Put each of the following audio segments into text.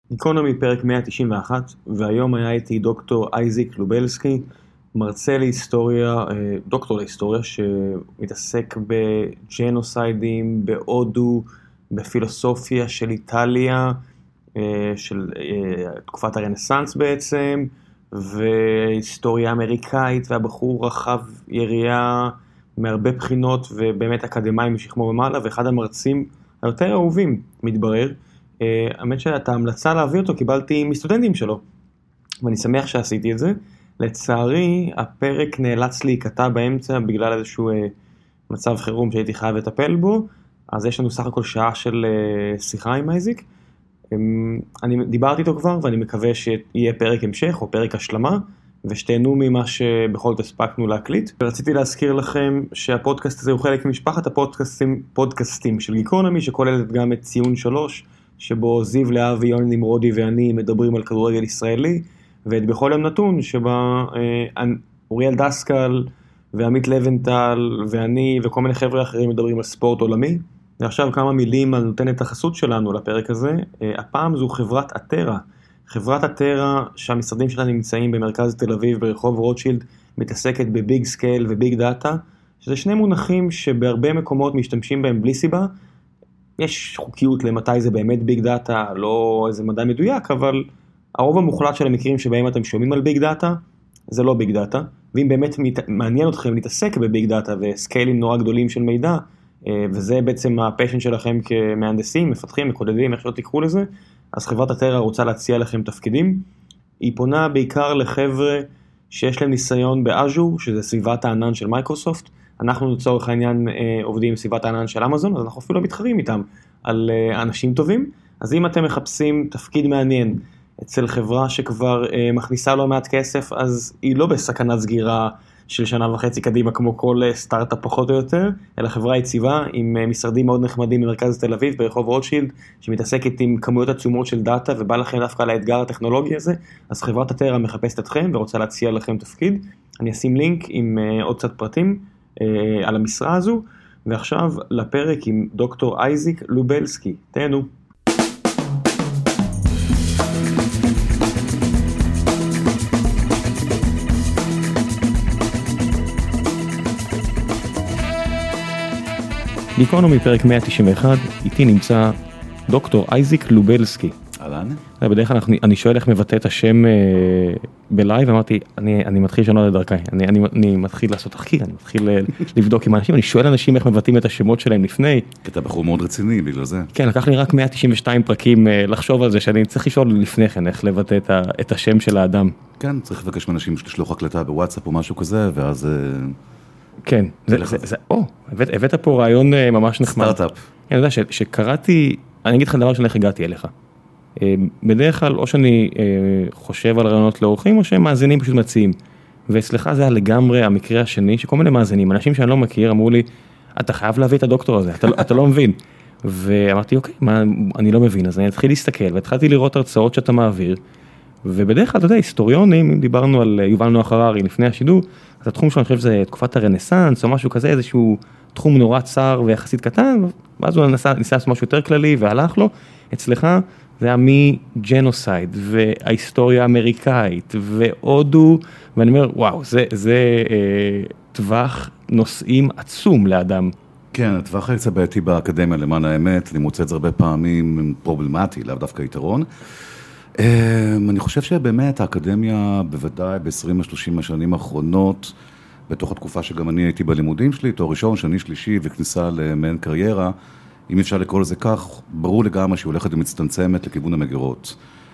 גיקונומי פרק 191, והיום היה איתי דוקטור אייזיק לובלסקי, מרצה להיסטוריה, דוקטור להיסטוריה, שמתעסק בג'נוסיידים, בהודו, בפילוסופיה של איטליה, של תקופת הרנסנס בעצם, והיסטוריה אמריקאית, והבחור רחב יריעה מהרבה בחינות, ובאמת אקדמאי משכמו ומעלה, ואחד המרצים היותר אהובים, מתברר. האמת שאת ההמלצה להביא אותו קיבלתי מסטודנטים שלו, ואני שמח שעשיתי את זה. לצערי, הפרק נאלץ להיקטע באמצע בגלל איזשהו מצב חירום שהייתי חייב לטפל בו, אז יש לנו סך הכל שעה של שיחה עם אייזיק. אני דיברתי איתו כבר, ואני מקווה שיהיה פרק המשך או פרק השלמה, ושתהנו ממה שבכל זאת הספקנו להקליט. ורציתי להזכיר לכם שהפודקאסט הזה הוא חלק ממשפחת הפודקאסטים של גיקונומי, שכוללת גם את ציון 3, שבו זיו להבי, יוני נמרודי ואני מדברים על כדורגל ישראלי, ואת בכל יום נתון שבה אוריאל דסקל ועמית לבנטל ואני וכל מיני חבר'ה אחרים מדברים על ספורט עולמי. ועכשיו כמה מילים על נותנת החסות שלנו לפרק הזה. הפעם זו חברת אתרה. חברת אתרה שהמשרדים שלה נמצאים במרכז תל אביב ברחוב רוטשילד, מתעסקת בביג סקייל וביג דאטה, שזה שני מונחים שבהרבה מקומות משתמשים בהם בלי סיבה. יש חוקיות למתי זה באמת ביג דאטה, לא איזה מדע מדויק, אבל הרוב המוחלט של המקרים שבהם אתם שומעים על ביג דאטה, זה לא ביג דאטה, ואם באמת מעניין אתכם להתעסק בביג דאטה וסקיילים נורא גדולים של מידע, וזה בעצם הפשן שלכם כמהנדסים, מפתחים, מקודדים, איך שלא תקראו לזה, אז חברת אתרה רוצה להציע לכם תפקידים. היא פונה בעיקר לחבר'ה שיש להם ניסיון באז'ור, שזה סביבת הענן של מייקרוסופט. אנחנו לצורך העניין עובדים עם סביבת הענן של אמזון, אז אנחנו אפילו מתחרים איתם על אנשים טובים. אז אם אתם מחפשים תפקיד מעניין אצל חברה שכבר מכניסה לא מעט כסף, אז היא לא בסכנת סגירה של שנה וחצי קדימה, כמו כל סטארט-אפ פחות או יותר, אלא חברה יציבה עם משרדים מאוד נחמדים במרכז תל אביב, ברחוב רוטשילד, שמתעסקת עם כמויות עצומות של דאטה, ובא לכם דווקא לאתגר הטכנולוגי הזה. אז חברת אתרה מחפשת אתכם ורוצה להציע לכם תפקיד. אני אשים לינק עם עוד קצת פרטים על המשרה הזו, ועכשיו לפרק עם דוקטור אייזיק לובלסקי. תהנו. גיקונומי פרק 191, איתי נמצא דוקטור אייזיק לובלסקי. אהלן. בדרך כלל אני שואל איך מבטא את השם בלייב, אמרתי, אני מתחיל לשנות את דרכי, אני מתחיל לעשות תחקיר, אני מתחיל לבדוק עם אנשים, אני שואל אנשים איך מבטאים את השמות שלהם לפני. כי אתה בחור מאוד רציני בגלל זה. כן, לקח לי רק 192 פרקים לחשוב על זה, שאני צריך לשאול לפני כן איך לבטא את השם של האדם. כן, צריך לבקש מאנשים לשלוח הקלטה בוואטסאפ או משהו כזה, ואז... כן, הבאת פה רעיון ממש נחמד. סטארט-אפ. אני יודע שקראתי, אני אגיד לך דבר שאני איך הגעתי אליך. בדרך כלל, או שאני חושב על רעיונות לאורחים, או שהם מאזינים פשוט מציעים. ואצלך זה היה לגמרי המקרה השני, שכל מיני מאזינים, אנשים שאני לא מכיר, אמרו לי, אתה חייב להביא את הדוקטור הזה, אתה לא מבין. ואמרתי, אוקיי, אני לא מבין, אז אני התחיל להסתכל, והתחלתי לראות הרצאות שאתה מעביר, ובדרך כלל, אתה יודע, היסטוריונים, אם דיברנו על יובל נוח הררי לפני השידור, אז התחום שלו, אני חושב, זה תקופת הרנסנס, או משהו כזה, איזשהו תחום נורא צר ויחסית קטן, ואז הוא ניסה לעשות משהו יותר כללי, והלך לו. אצלך זה היה מג'נוסייד, וההיסטוריה האמריקאית, והודו, ואני אומר, וואו, זה טווח נושאים עצום לאדם. כן, הטווח קצת בעייתי באקדמיה, למען האמת, אני מוצא את זה הרבה פעמים פרובלמטי, לאו דווקא יתרון. אני חושב שבאמת האקדמיה, בוודאי ב-20-30 השנים האחרונות, בתוך התקופה שגם אני הייתי בלימודים שלי, תואר ראשון, שני, שלישי, וכניסה למעין קריירה, אם אפשר לקרוא לזה כך, ברור לגמרי שהיא הולכת ומצטמצמת לכיוון המגירות.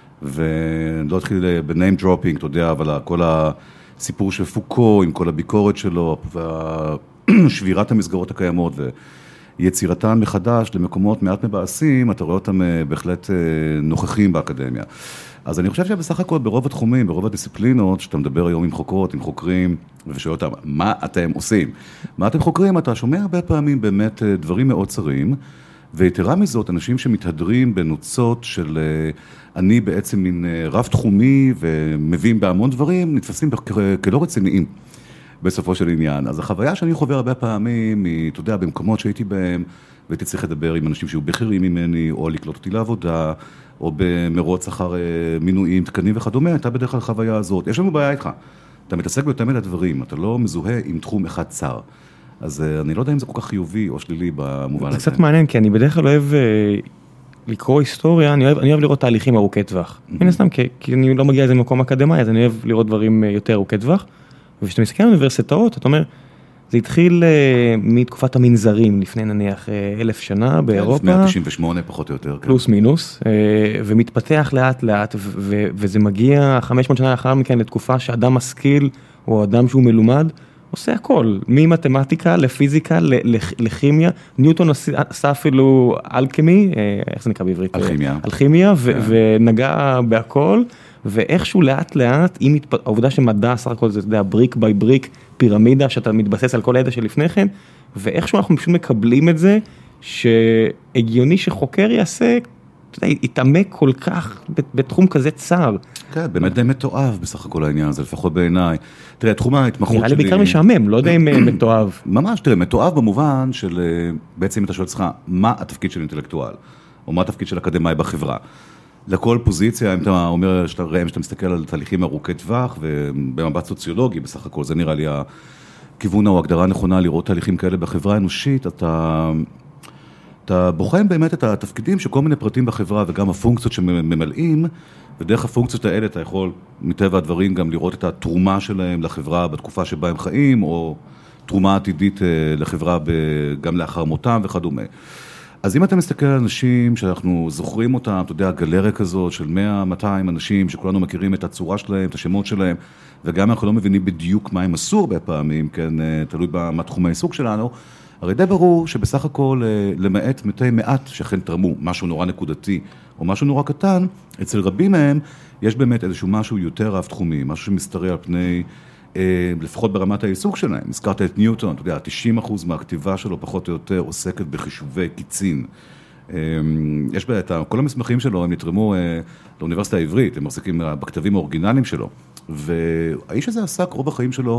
ולא התחיל בניים דרופינג, אתה יודע, אבל כל הסיפור של פוקו, עם כל הביקורת שלו, ושבירת המסגרות הקיימות, ויצירתן מחדש למקומות מעט מבאסים, אתה רואה אותם בהחלט נוכחים באקדמיה. אז אני חושב שבסך הכל ברוב התחומים, ברוב הדיסציפלינות, שאתה מדבר היום עם חוקרות, עם חוקרים, ושואל אותם, מה אתם עושים? מה אתם חוקרים? אתה שומע הרבה פעמים באמת דברים מאוד צרים, ויתרה מזאת, אנשים שמתהדרים בנוצות של אני בעצם מין רב תחומי, ומביאים בהמון דברים, נתפסים כלא רציניים. בסופו של עניין. אז החוויה שאני חווה הרבה פעמים, אתה יודע, במקומות שהייתי בהם, והייתי צריך לדבר עם אנשים שהיו בכירים ממני, או לקלוט אותי לעבודה, או במרוץ אחר מינויים, תקנים וכדומה, הייתה בדרך כלל החוויה הזאת. יש לנו בעיה איתך. אתה מתעסק ביותר מדי דברים, אתה לא מזוהה עם תחום אחד צר. אז אני לא יודע אם זה כל כך חיובי או שלילי במובן הזה. זה קצת מעניין, כי אני בדרך כלל אוהב לקרוא היסטוריה, אני אוהב לראות תהליכים ארוכי טווח. מן הסתם, כי אני לא מגיע לזה ממקום אקדמי, אז אני אוהב לראות דברים יותר ארוכי טווח. וכשאתה מסתכל על אוניברסיטאות, אתה אומר, זה התחיל מתקופת המנזרים, לפני נניח 1000 שנה באירופה. 198 פחות או יותר. פלוס מינוס, ומתפתח לאט לאט, וזה מגיע 500 שנה לאחר מכן לתקופה שאדם משכיל, או אדם שהוא מלומד, עושה הכל, ממתמטיקה לפיזיקה, לכימיה. ניוטון עשה אפילו אלכימי, איך זה נקרא בעברית? אלכימיה. אלכימיה, ונגע בהכל, ואיכשהו לאט לאט, העובדה שמדע סך הכל זה, אתה יודע, בריק ביי בריק, פירמידה, שאתה מתבסס על כל הידע שלפני כן, ואיכשהו אנחנו פשוט מקבלים את זה, שהגיוני שחוקר יעשה, אתה יודע, יתעמק כל כך בתחום כזה צר. כן, באמת די מתואב בסך הכל העניין הזה, לפחות בעיניי. תראה, תחום ההתמחות שלי... נראה לי בעיקר משעמם, לא יודע אם מתואב. ממש, תראה, מתואב במובן של, בעצם אתה שואל לך, מה התפקיד של אינטלקטואל, או מה התפקיד של אקדמאי בחברה. לכל פוזיציה, אם אתה אומר, שאתה מסתכל על תהליכים ארוכי טווח, ובמבט סוציולוגי בסך הכל, זה נראה לי הכיוון או ההגדרה הנכונה לראות תהליכים כאלה בחברה האנושית, אתה בוחן באמת את התפקידים שכל מיני פרטים בחברה וגם הפונקציות שממלאים, ודרך הפונקציות האלה אתה יכול מטבע הדברים גם לראות את התרומה שלהם לחברה בתקופה שבה הם חיים, או תרומה עתידית לחברה גם לאחר מותם וכדומה. אז אם אתה מסתכל על אנשים שאנחנו זוכרים אותם, אתה יודע, גלריה כזאת של 100-200 אנשים שכולנו מכירים את הצורה שלהם, את השמות שלהם, וגם אנחנו לא מבינים בדיוק מה הם עשו הרבה פעמים, כן, תלוי מה תחום העיסוק שלנו, הרי די ברור שבסך הכל למעט מתי מעט שאכן תרמו משהו נורא נקודתי או משהו נורא קטן, אצל רבים מהם יש באמת איזשהו משהו יותר רב תחומי, משהו שמסתרע על פני, לפחות ברמת העיסוק שלהם. הזכרת את ניוטון, אתה יודע, 90% מהכתיבה שלו פחות או יותר עוסקת בחישובי קיצין. יש בה את כל המסמכים שלו, הם נתרמו לאוניברסיטה העברית, הם מחזיקים בכתבים האורגינליים שלו, והאיש הזה עסק רוב החיים שלו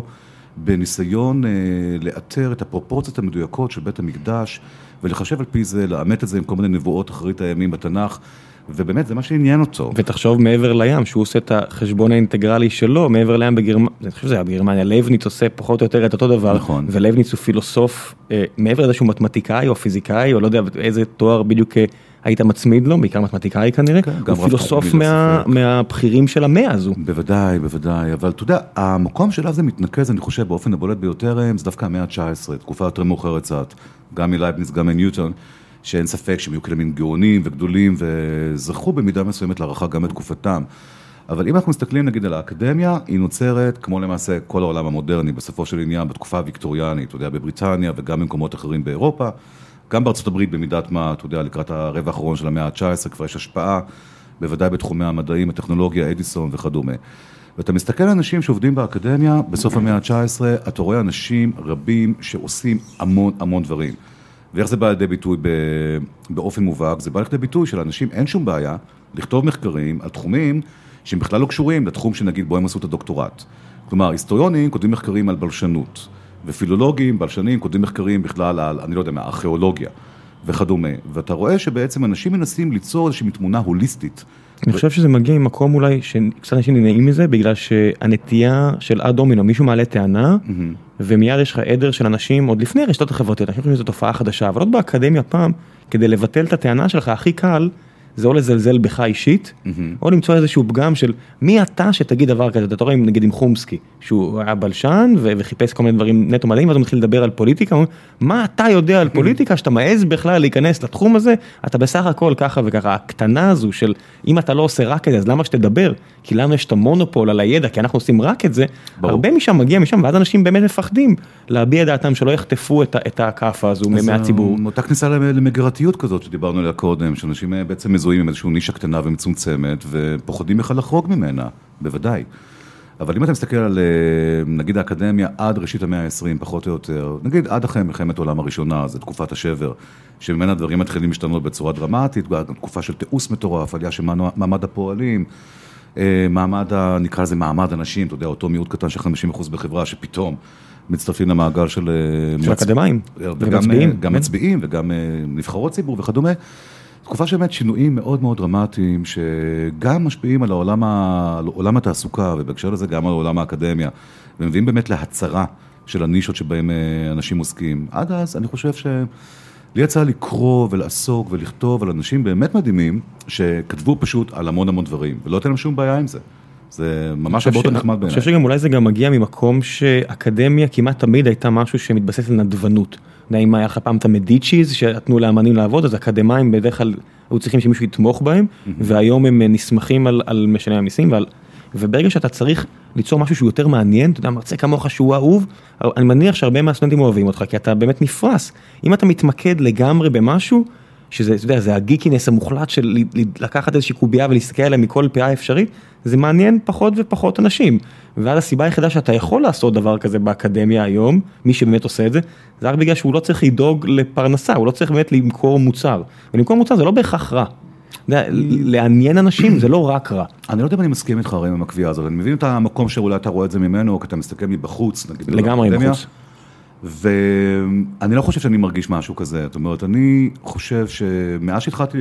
בניסיון לאתר את הפרופורציות המדויקות של בית המקדש, ולחשב על פי זה, לאמת את זה עם כל מיני נבואות אחרית הימים בתנ"ך, ובאמת זה מה שעניין אותו. ותחשוב מעבר לים, שהוא עושה את החשבון האינטגרלי שלו, מעבר לים בגרמניה, אני חושב שזה היה בגרמניה, לייבניץ עושה פחות או יותר את אותו דבר, נכון. ולייבניץ הוא פילוסוף, מעבר לזה שהוא מתמטיקאי או פיזיקאי, או לא יודע איזה תואר בדיוק היית מצמיד לו, בעיקר מתמטיקאי כנראה, כן, הוא פילוסוף מהבחירים של המאה הזו. בוודאי, בוודאי, אבל אתה יודע, המקום שלה זה מתנקז, אני חושב, באופן הבולט ביותר, זה דווקא המאה ה-19, תקופה יותר מאוחרת קצת, גם מלייבניץ, גם מניוטון, שאין ספק שהם היו כאלה מין גאונים וגדולים, וזכו במידה מסוימת להערכה גם את תקופתם. אבל אם אנחנו מסתכלים נגיד על האקדמיה, היא נוצרת, כמו למעשה כל העולם המודרני, בסופו של עניין, בתקופה הוויקטוריאנית, אתה יודע, בבריטניה וגם במקומות אחרים באירופה, גם בארצות הברית במידת מה, אתה יודע, לקראת הרבע האחרון של המאה ה-19, כבר יש השפעה, בוודאי בתחומי המדעים, הטכנולוגיה, אדיסון וכדומה. ואתה מסתכל על אנשים שעובדים באקדמיה, בסוף המאה ה-19, אתה רואה אנשים רבים שעושים המון המון דברים. ואיך זה בא לידי ביטוי באופן מובהק? זה בא לידי ביטוי של אנשים, אין שום בעיה לכתוב מחקרים על תחומים שהם בכלל לא קשורים לתחום שנגיד בו הם עשו את הדוקטורט. כלומר, היסטוריונים כותבים מחקרים על בלשנות, ופילולוגים, בלשנים, כותבים מחקרים בכלל על, אני לא יודע מה, ארכיאולוגיה וכדומה. ואתה רואה שבעצם אנשים מנסים ליצור איזושהי תמונה הוליסטית. אני חושב שזה מגיע ממקום אולי שקצת אנשים נהנים מזה, בגלל שהנטייה של דומינו, מישהו מעלה טענה, ומיד יש לך עדר של אנשים, עוד לפני הרשתות החברתיות, אני חושב שזו תופעה חדשה, אבל עוד באקדמיה פעם, כדי לבטל את הטענה שלך, הכי קל, זה או לזלזל בך אישית, או למצוא איזשהו פגם של מי אתה שתגיד דבר כזה, אתה רואה נגיד עם חומסקי, שהוא היה בלשן וחיפש כל מיני דברים נטו מדעים, ואז הוא מתחיל לדבר על פוליטיקה, מה אתה יודע על פוליטיקה, שאתה מעז בכלל להיכנס לתחום הזה, אתה בסך הכל ככה וככה, הקטנה הזו של אם אתה לא עושה רק את זה, אז למה שתדבר? כי לנו יש את המונופול על הידע, כי אנחנו עושים רק את זה, הרבה משם מגיע משם, ואז אנשים באמת מפחדים להביע דעתם שלא יחטפו את הכאפה הזו מהציבור. אותה כניסה למגרתיות כזאת שדיברנו עליה קודם, שאנשים בעצם מזוהים עם איזושהי נישה קטנה ומצומצמת, ופוחדים בכלל לחרוג ממנה, בוודאי. אבל אם אתה מסתכל על, נגיד, האקדמיה עד ראשית המאה ה-20, פחות או יותר, נגיד עד אחרי מלחמת העולם הראשונה, זה תקופת השבר, שממנה הדברים מתחילים להשתנות בצורה דרמטית, תקופה של תיעוש מטורף, עלייה של מעמד הפועלים, מעמד, נקרא לזה מעמד אנשים, אתה יודע, אותו מיעוט קטן של 50% בחברה, שפתאום מצטרפים למעגל של אקדמיים, גם מצביעים, וגם נבחרות ציבור וכדומה. תקופה שבאמת שינויים מאוד מאוד דרמטיים, שגם משפיעים על עולם התעסוקה, ובהקשר לזה גם על עולם האקדמיה, ומביאים באמת להצרה של הנישות שבהם אנשים עוסקים. עד אז אני חושב לי יצא לקרוא ולעסוק ולכתוב על אנשים באמת מדהימים, שכתבו פשוט על המון המון דברים, ולא הייתה להם שום בעיה עם זה. זה ממש הרבה יותר נחמד בעיניי. אני חושב שגם אולי זה גם מגיע ממקום שאקדמיה כמעט תמיד הייתה משהו שמתבסס על נדבנות. אם היה לך פעם את המדיצ'יז שנתנו לאמנים לעבוד, אז אקדמיים בדרך כלל היו צריכים שמישהו יתמוך בהם, והיום הם נסמכים על משלמי המיסים, וברגע שאתה צריך ליצור משהו שהוא יותר מעניין, אתה יודע, מרצה כמוך שהוא אהוב, אני מניח שהרבה מהסטודנטים אוהבים אותך, כי אתה באמת נפרס. אם אתה מתמקד לגמרי במשהו, שזה, אתה יודע, זה הגיקינס המוחלט של לקחת איזושהי קובייה ולהסתכל עליה מכל פייה אפשרית, זה מעניין פחות ופחות אנשים. ועד הסיבה היחידה שאתה יכול לעשות דבר כזה באקדמיה היום, מי שבאמת עושה את זה, זה רק בגלל שהוא לא צריך לדאוג לפרנסה, הוא לא צריך באמת למכור מוצר. ולמכור מוצר זה לא בהכרח רע. לעניין אנשים זה לא רק רע. אני לא יודע אם אני מסכים איתך הרי עם הקביעה הזאת, אני מבין את המקום שאולי אתה רואה את זה ממנו, כי אתה מסתכל מבחוץ, נגיד. לגמרי מבחוץ. ואני לא חושב שאני מרגיש משהו כזה, זאת אומרת, אני חושב שמאז שהתחלתי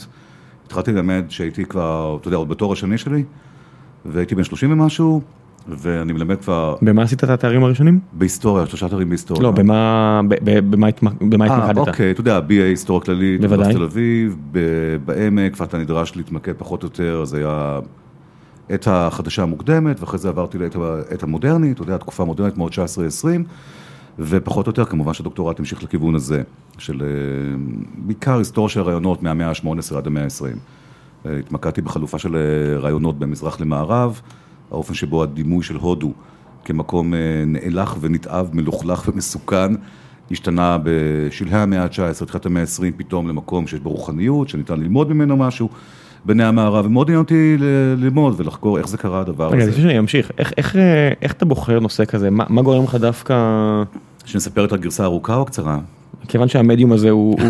ללמד שהייתי כבר, אתה יודע, עוד בתואר השני שלי, והייתי בן 30 ומשהו, ואני מלמד כבר... במה עשית את התארים הראשונים? בהיסטוריה, 3 תארים בהיסטוריה. לא, במה התמקדת? אוקיי, אתה יודע, BA היסטוריה כללית, בוודאי. בתל אביב, בעמק, ואתה נדרש להתמקד פחות או יותר, אז היה את החדשה המוקדמת, ואחרי זה עברתי את המודרנית, אתה יודע, התקופה המודרנית מאוד 19-20, ופחות או יותר, כמובן שהדוקטורט המשיך לכיוון הזה, של בעיקר היסטוריה של רעיונות מהמאה ה-18 עד המאה ה-20. התמקדתי בחלופה של רעיונות במזרח למערב, האופן שבו הדימוי של הודו כמקום נאלח ונתאב, מלוכלך ומסוכן, השתנה בשלהי המאה ה-19, תחילת המאה ה-20, פתאום למקום שיש ברוחניות, שניתן ללמוד ממנו משהו, בני המערב, ומאוד עניין אותי ללמוד ולחקור איך זה קרה הדבר הזה. רגע, לפני שאני אמשיך, איך אתה בוחר נושא כזה? מה גורם לך דווקא... שנספר את הגרסה הארוכה או קצרה? כיוון שהמדיום הזה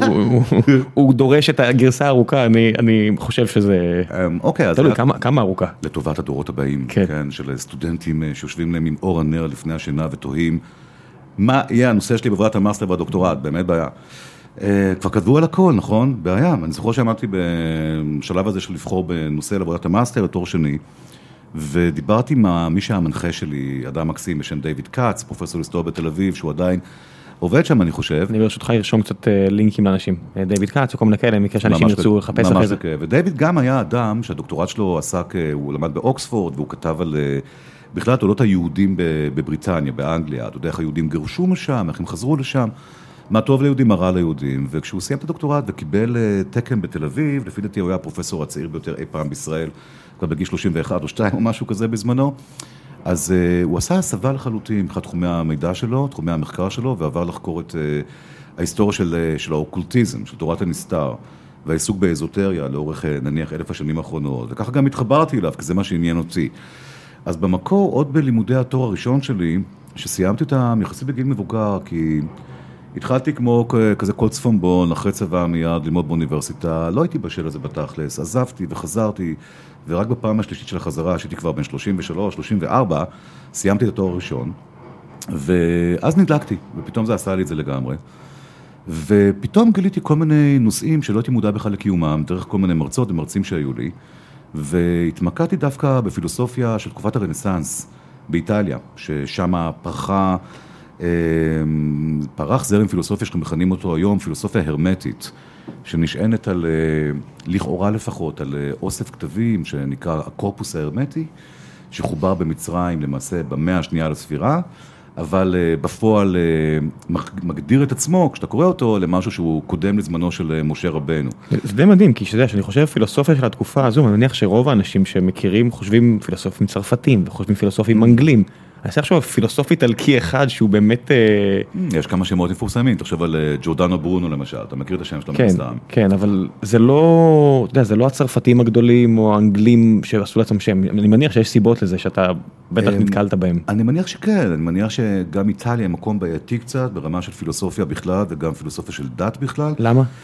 הוא דורש את הגרסה הארוכה, אני חושב שזה... אוקיי, אז... תלוי, כמה ארוכה? לטובת הדורות הבאים, כן, של סטודנטים שיושבים להם עם אור הנר לפני השינה ותוהים. מה יהיה הנושא שלי בעבודת המאסטר והדוקטורט? באמת בעיה. כבר כתבו על הכל, נכון? בעיה. אני זוכר שעמדתי בשלב הזה של לבחור בנושא לעבודת המאסטר לתואר שני, ודיברתי עם מי שהמנחה שלי, אדם מקסים בשם דיוויד קאץ, פרופסור להיסטוריה בתל אביב, שהוא עדיין עובד שם, אני חושב. אני ברשותך ארשום קצת לינקים לאנשים. דיוויד קאץ, וכל מיני כאלה, מקרה שאנשים ירצו לחפש אחרי זה. ודיוויד גם היה אדם שהדוקטורט שלו עסק, הוא למד באוקספורד, והוא כתב על בכלל תולדות היהודים בבריטניה, באנגליה. אתה יודע איך היהודים גרשו משם, איך הם חזרו לשם. מה טוב ליהודים, מה רע ליהודים. וכשהוא סיים את הדוקטורט וקיבל תקן בתל אביב, לפי דעתי הוא היה הפרופסור הצעיר ביותר אי פעם בישראל, כבר בגיל 31 או 2 או משהו כזה בזמנו. אז הוא עשה הסבה לחלוטין מבחינת תחומי המידע שלו, תחומי המחקר שלו, ועבר לחקור את ההיסטוריה של האוקולטיזם, של תורת הנסתר, והעיסוק באזוטריה לאורך נניח 1000 השנים האחרונות, וככה גם התחברתי אליו, כי זה מה שעניין אותי. אז במקור, עוד בלימודי התואר הראשון שלי, שסיימתי אותם יחסית בגיל מבוגר, כי התחלתי כמו כזה כל צפונבון, אחרי צבא מיד ללמוד באוניברסיטה, לא הייתי בשל לזה בתכלס, עזבתי וחזרתי, ורק בפעם השלישית של החזרה, שהייתי כבר בין 33, 34, סיימתי את התואר הראשון, ואז נדלקתי, ופתאום זה עשה לי את זה לגמרי. ופתאום גיליתי כל מיני נושאים שלא הייתי מודע בכלל לקיומם, דרך כל מיני מרצות ומרצים שהיו לי, והתמקדתי דווקא בפילוסופיה של תקופת הרנסנס באיטליה, ששם פרח זרם פילוסופיה שאנחנו מכנים אותו היום, פילוסופיה הרמטית, שנשענת על, לכאורה לפחות, על אוסף כתבים שנקרא הקורפוס ההרמטי, שחובר במצרים למעשה במאה השנייה לספירה, אבל בפועל מגדיר את עצמו, כשאתה קורא אותו, למשהו שהוא קודם לזמנו של משה רבנו. זה די מדהים, כי שאני חושב פילוסופיה של התקופה הזו, אני מניח שרוב האנשים שמכירים חושבים פילוסופים צרפתים, וחושבים פילוסופים אנגלים. אני חושב עכשיו פילוסופית על קי אחד שהוא באמת... יש כמה שמות מפורסמים, תחשב על ג'ורדנו ברונו למשל, אתה מכיר את השם שלו מסתם. כן, אבל זה לא, אתה יודע, זה לא הצרפתים הגדולים או האנגלים שעשו לעצמם שם. אני מניח שיש סיבות לזה שאתה בטח נתקלת בהם. אני מניח שכן, אני מניח שגם איטליה מקום בעייתי קצת, ברמה של פילוסופיה בכלל וגם פילוסופיה של דת בכלל. למה?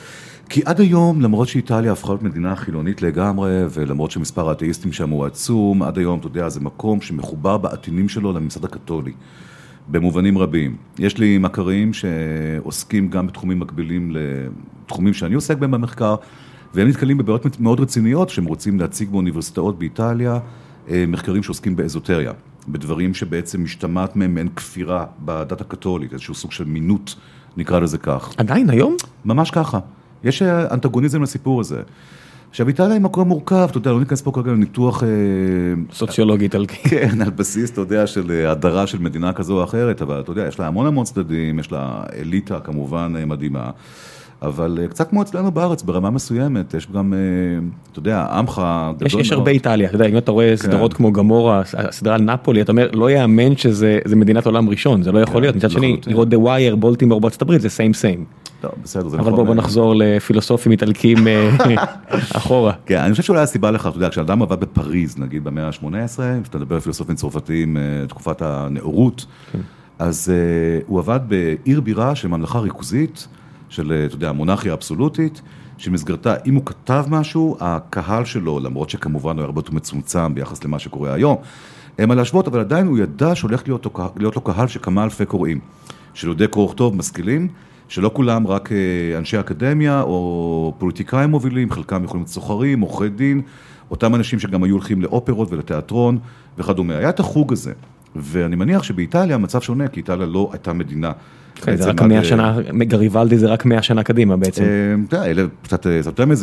כי עד היום, למרות שאיטליה הפכה להיות מדינה חילונית לגמרי, ולמרות שמספר האתאיסטים שם הוא עצום, עד היום, אתה יודע, זה מקום שמחובר בעטינים שלו לממסד הקתולי, במובנים רבים. יש לי מכרים שעוסקים גם בתחומים מקבילים לתחומים שאני עוסק בהם במחקר, והם נתקלים בבעיות מאוד רציניות, שהם רוצים להציג באוניברסיטאות באיטליה, מחקרים שעוסקים באזוטריה, בדברים שבעצם משתמעת מהם מעין כפירה בדת הקתולית, איזשהו סוג של מינות, נקרא לזה כך. עדיין היום? ממש ככה. יש אנטגוניזם לסיפור הזה. עכשיו, איטליה היא מקום מורכב, אתה יודע, לא ניכנס פה כרגע לניתוח סוציולוגי איטלקי. כן, על בסיס, אתה יודע, של הדרה של מדינה כזו או אחרת, אבל אתה יודע, יש לה המון צדדים, יש לה אליטה כמובן מדהימה, אבל קצת כמו אצלנו בארץ, ברמה מסוימת, יש גם, אתה יודע, עמך גדול מאוד. יש הרבה איטליה, אתה יודע, אם אתה רואה סדרות כמו גמורה, הסדרה על נפולי, אתה אומר, לא יאמן שזה מדינת עולם ראשון, זה לא יכול להיות. מצד שני, לראות The Wire, בולטימור בארצות הברית, זה same. טוב, בסדר, זה נכון. אבל בואו נחזור לפילוסופים איטלקים אחורה. כן, אני חושב שאולי הסיבה לך, אתה יודע, כשאדם עבד בפריז, נגיד במאה ה-18, כשאתה מדבר על פילוסופים צרפתיים, תקופת הנאורות, אז הוא עבד בעיר בירה של ממלכה ריכוזית, של, אתה יודע, המונרכיה האבסולוטית, שמסגרתה, אם הוא כתב משהו, הקהל שלו, למרות שכמובן הוא הרבה יותר מצומצם ביחס למה שקורה היום, אין מה להשוות, אבל עדיין הוא ידע שהולך להיות לו קהל שכמה אלפי קוראים, של יודעי קרוא וכתוב, משכילים, שלא כולם רק אנשי אקדמיה או פוליטיקאים מובילים, חלקם יכולים להיות סוחרים, עורכי דין, אותם אנשים שגם היו הולכים לאופרות ולתיאטרון וכדומה. היה את החוג הזה, ואני מניח שבאיטליה המצב שונה, כי איטליה לא הייתה מדינה. כן, זה רק 100 שנה, גריבלדי זה רק 100 שנה קדימה בעצם. אתה יודע, קצת יותר מזה,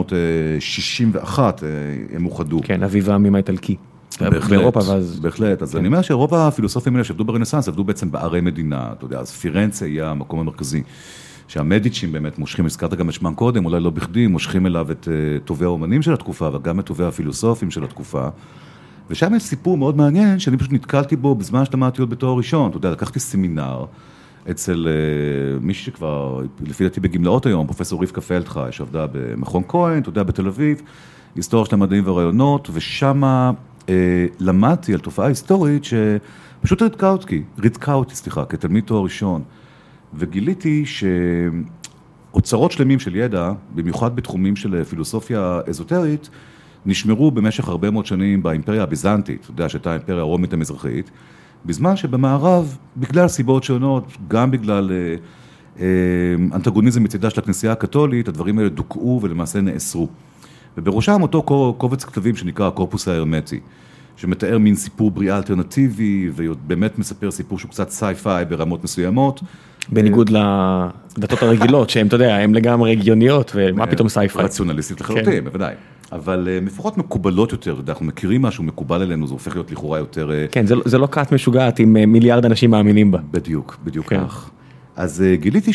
1861 הם אוחדו. כן, אביב העמים האיטלקי. באירופה ואז... בהחלט, אז אני אומר שרוב הפילוסופים האלה שעבדו ברנסנס, עבדו בעצם בערי מדינה, אתה יודע, אז פירנצה היה המקום המרכזי, שהמדיצ'ים באמת מושכים, הזכרת גם את שמם קודם, אולי לא בכדי, מושכים אליו את טובי האומנים של התקופה, וגם את טובי הפילוסופים של התקופה, ושם יש סיפור מאוד מעניין, שאני פשוט נתקלתי בו בזמן שלמדתי עוד בתואר ראשון, אתה יודע, לקחתי סמינר אצל מישהי שכבר, לפי דעתי בגמלאות היום, פרופסור רבקה פלדחי, שעבדה במכון כהן, אתה יודע, בתל אביב, היסטוריה של המדעים והרעיונות, ושמה למדתי על תופעה היסטורית שפשוט ריתקה אותי, כתלמיד תואר ראשון, וגיליתי שאוצרות שלמים של ידע, במיוחד בתחומים של פילוסופיה אזוטרית, נשמרו במשך הרבה מאוד שנים באימפריה הביזנטית, אתה יודע שהייתה האימפריה הרומית המזרחית, בזמן שבמערב, בגלל סיבות שונות, גם בגלל אנטגוניזם מצידה של הכנסייה הקתולית, הדברים האלה דוכאו ולמעשה נאסרו. ובראשם אותו קובץ כתבים שנקרא הקורפוס ההרמטי, שמתאר מין סיפור בריאה אלטרנטיבי, ובאמת מספר סיפור שהוא קצת סי-פיי ברמות מסוימות. בניגוד לדתות הרגילות, שהן, אתה יודע, הן לגמרי הגיוניות, ומה פתאום סי-פיי? רציונליסטית לחלוטין, בוודאי. אבל לפחות מקובלות יותר, אנחנו מכירים משהו מקובל אלינו, זה הופך להיות לכאורה יותר... כן, זה לא כת משוגעת עם מיליארד אנשים מאמינים בה. בדיוק כך. אז גיליתי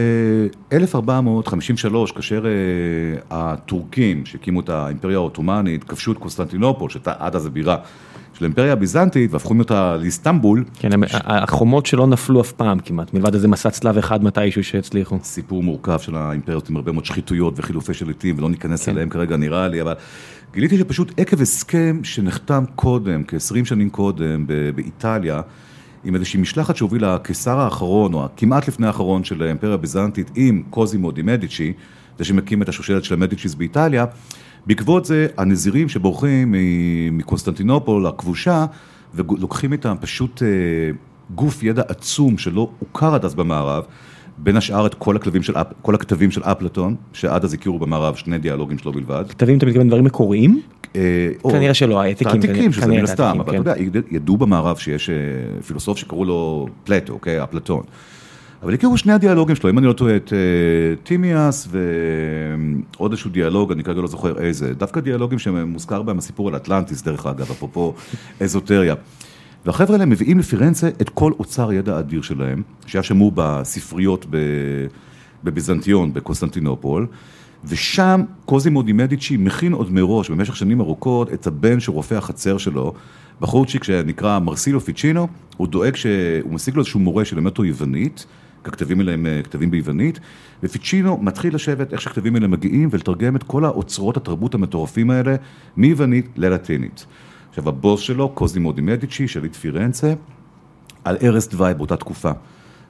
שב-1453, כאשר הטורקים שהקימו את האימפריה האוטומנית, כבשו את קונסטנטינופול, שהייתה עד אז הבירה של האימפריה הביזנטית, והפכו אותה לאיסטנבול. כן, החומות שלא נפלו אף פעם כמעט, מלבד איזה מסע צלב אחד מתישהו שהצליחו. סיפור מורכב של האימפריות עם הרבה מאוד שחיתויות וחילופי שליטים, ולא ניכנס אליהם כרגע נראה לי, אבל גיליתי שפשוט עקב הסכם שנחתם קודם, כ-20 שנים קודם, באיטליה, עם איזושהי משלחת שהובילה הקיסר האחרון, או כמעט לפני האחרון של האימפריה הביזנטית, עם קוזימו די מדיצ'י, זה שמקים את השושלת של המדיצ'יס באיטליה, בעקבות זה הנזירים שבורחים מקונסטנטינופול הכבושה, ולוקחים איתם פשוט גוף ידע עצום שלא הוכר עד אז במערב, בין השאר את כל הכתבים של אפלטון, שעד אז הכירו במערב 2 דיאלוגים שלו בלבד. כתבים תמיד גם דברים מקוריים? כנראה שלא, העתיקים, שזה מן הסתם, אבל אתה יודע, ידעו במערב שיש פילוסוף שקראו לו פלטו, אוקיי, אפלטון. אבל הכירו 2 הדיאלוגים שלו, אם אני לא טועה את טימיאס ועוד איזשהו דיאלוג, אני כרגע לא זוכר איזה, דווקא דיאלוגים שמוזכר בהם הסיפור על אטלנטיס, דרך אגב, אפרופו אזוטריה. והחבר'ה האלה מביאים לפירנצה את כל אוצר ידע אדיר שלהם, שהיה שמור בספריות בביזנטיון, בקונסטנטינופול, ושם קוזימו די מדיצ'י מכין עוד מראש, במשך שנים ארוכות, את הבן של רופא החצר שלו, בחורצ'יק שנקרא מרסילו פיצ'ינו, הוא דואג שהוא משיג לו איזשהו מורה שלמד אותו יוונית, כי הכתבים האלה הם כתבים ביוונית, ופיצ'ינו מתחיל לשבת איך שהכתבים האלה מגיעים, ולתרגם את כל האוצרות התרבות המטורפים האלה, מיוונית ללטינית. עכשיו, הבוס שלו, קוזימו די מדיצ'י, שליט פירנצה, על ערש דווי באותה תקופה.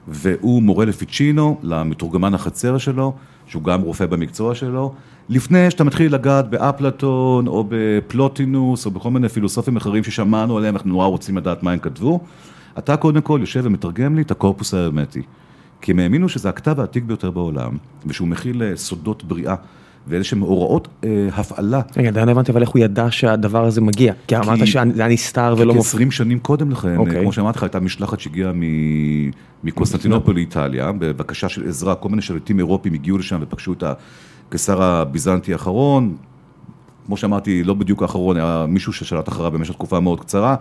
והוא מורה לפיצ'ינו, למתורגמן החצר שלו, שהוא גם רופא במקצוע שלו, לפני שאתה מתחיל לגעת באפלטון, או בפלוטינוס, או בכל מיני פילוסופים אחרים ששמענו עליהם, אנחנו נורא רוצים לדעת מה הם כתבו, אתה קודם כל יושב ומתרגם לי את הקורפוס ההרמטי. כי הם האמינו שזה הכתב העתיק ביותר בעולם, ושהוא מכיל סודות בריאה, ואלה שהם הוראות הפעלה. רגע, עדיין הבנתי, אבל איך הוא ידע שהדבר הזה מגיע? כי אמרת שזה היה נסתר ולא מופיע. 20 שנים קודם לכן, כמו שאמרתי לך, הייתה משלחת שהגיעה מקונסטנטינופול לאיטליה, בבקשה של עזרה, כל מיני שליטים אירופיים הגיעו לשם ופגשו את הקיסר הביזנטי האחרון, כמו שאמרתי, לא בדיוק האחרון, היה מישהו ששלט אחריו במשך תקופה מאוד קצרה,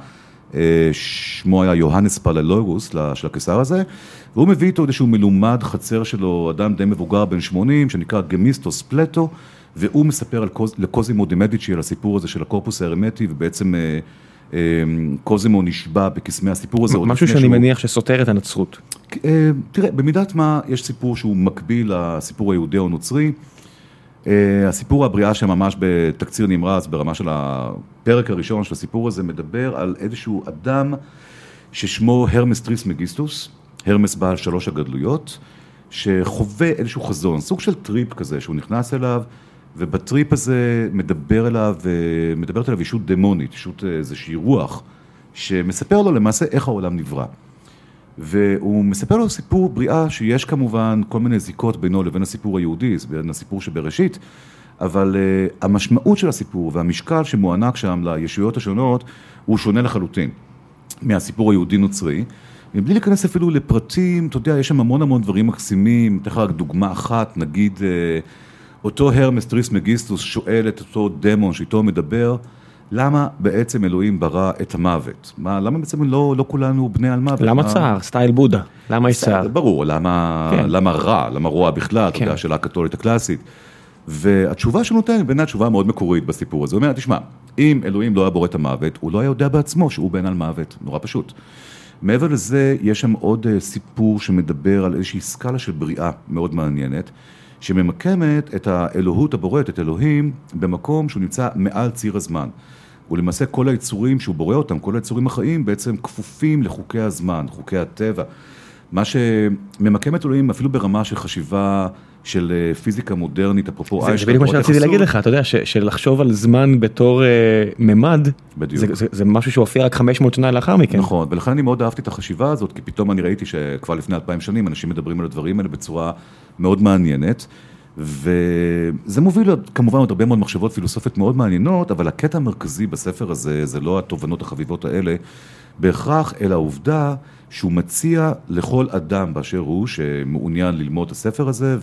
שמו היה יוהנס פללוגוס של הקיסר הזה, והוא מביא איתו איזשהו מלומד חצר שלו, אדם די מבוגר בן 80, שנקרא גמיסטוס פלטו, והוא מספר לקוזימו דה מדיצ'י על הסיפור הזה של הקורפוס ההרמטי, ובעצם קוזימו נשבע בקסמי הסיפור הזה. משהו שאני מניח שסותר את הנצרות. תראה, במידת מה יש סיפור שהוא מקביל לסיפור היהודי או נוצרי, הסיפור הבריאה שממש בתקציר נמרץ ברמה של הפרק הראשון של הסיפור הזה מדבר על איזשהו אדם ששמו הרמס טריסמגיסטוס, הרמס בעל 3 הגדלויות, שחווה איזשהו חזון, סוג של טריפ כזה שהוא נכנס אליו, ובטריפ הזה מדברת אליו אישות דמונית, אישות איזושהי רוח, שמספר לו למעשה איך העולם נברא. והוא מספר לו סיפור בריאה שיש כמובן כל מיני זיקות בינו לבין הסיפור היהודי, בין הסיפור שבראשית, אבל המשמעות של הסיפור והמשקל שמוענק שם לישויות השונות הוא שונה לחלוטין מהסיפור היהודי נוצרי, מבלי להיכנס אפילו לפרטים, אתה יודע, יש שם המון דברים מקסימים, תכף רק דוגמה אחת, נגיד אותו הרמס טריסמגיסטוס שואל את אותו דמון שאיתו מדבר, למה בעצם אלוהים ברא את המוות? למה בעצם לא כולנו בני על מוות? למה צער? סטייל בודה. למה יש צער? ברור, למה רע? למה רוע בכלל? אתה יודע, השאלה הקתולית הקלאסית. והתשובה שנותן, בעיניי תשובה מאוד מקורית בסיפור הזה. הוא אומר, תשמע, אם אלוהים לא היה בורא את המוות, הוא לא היה יודע בעצמו שהוא בן על מוות. נורא פשוט. מעבר לזה, יש שם עוד סיפור שמדבר על איזושהי סקאלה של בריאה מאוד מעניינת, שממקמת את האלוהות הבוראת, את אלוהים, במקום שהוא נמצא מעל ציר הזמן. ולמעשה כל היצורים שהוא בורא אותם, כל היצורים החיים, בעצם כפופים לחוקי הזמן, חוקי הטבע. מה שממקם את אלוהים אפילו ברמה של חשיבה של פיזיקה מודרנית, אפרופו זה בדיוק מה שרציתי להגיד לך, אתה יודע, שלחשוב על זמן בתור ממד, זה משהו שהופיע רק 500 שנה לאחר מכן. נכון, ולכן אני מאוד אהבתי את החשיבה הזאת, כי פתאום אני ראיתי שכבר לפני 2000 שנים אנשים מדברים על הדברים האלה בצורה מאוד מעניינת, וזה מוביל כמובן עוד הרבה מאוד מחשבות פילוסופיות מאוד מעניינות, אבל הקטע המרכזי בספר הזה, זה לא התובנות החביבות האלה, בהכרח אלא העובדה שהוא מציע לכל אדם באשר הוא שמעוניין ללמוד את הספר הזה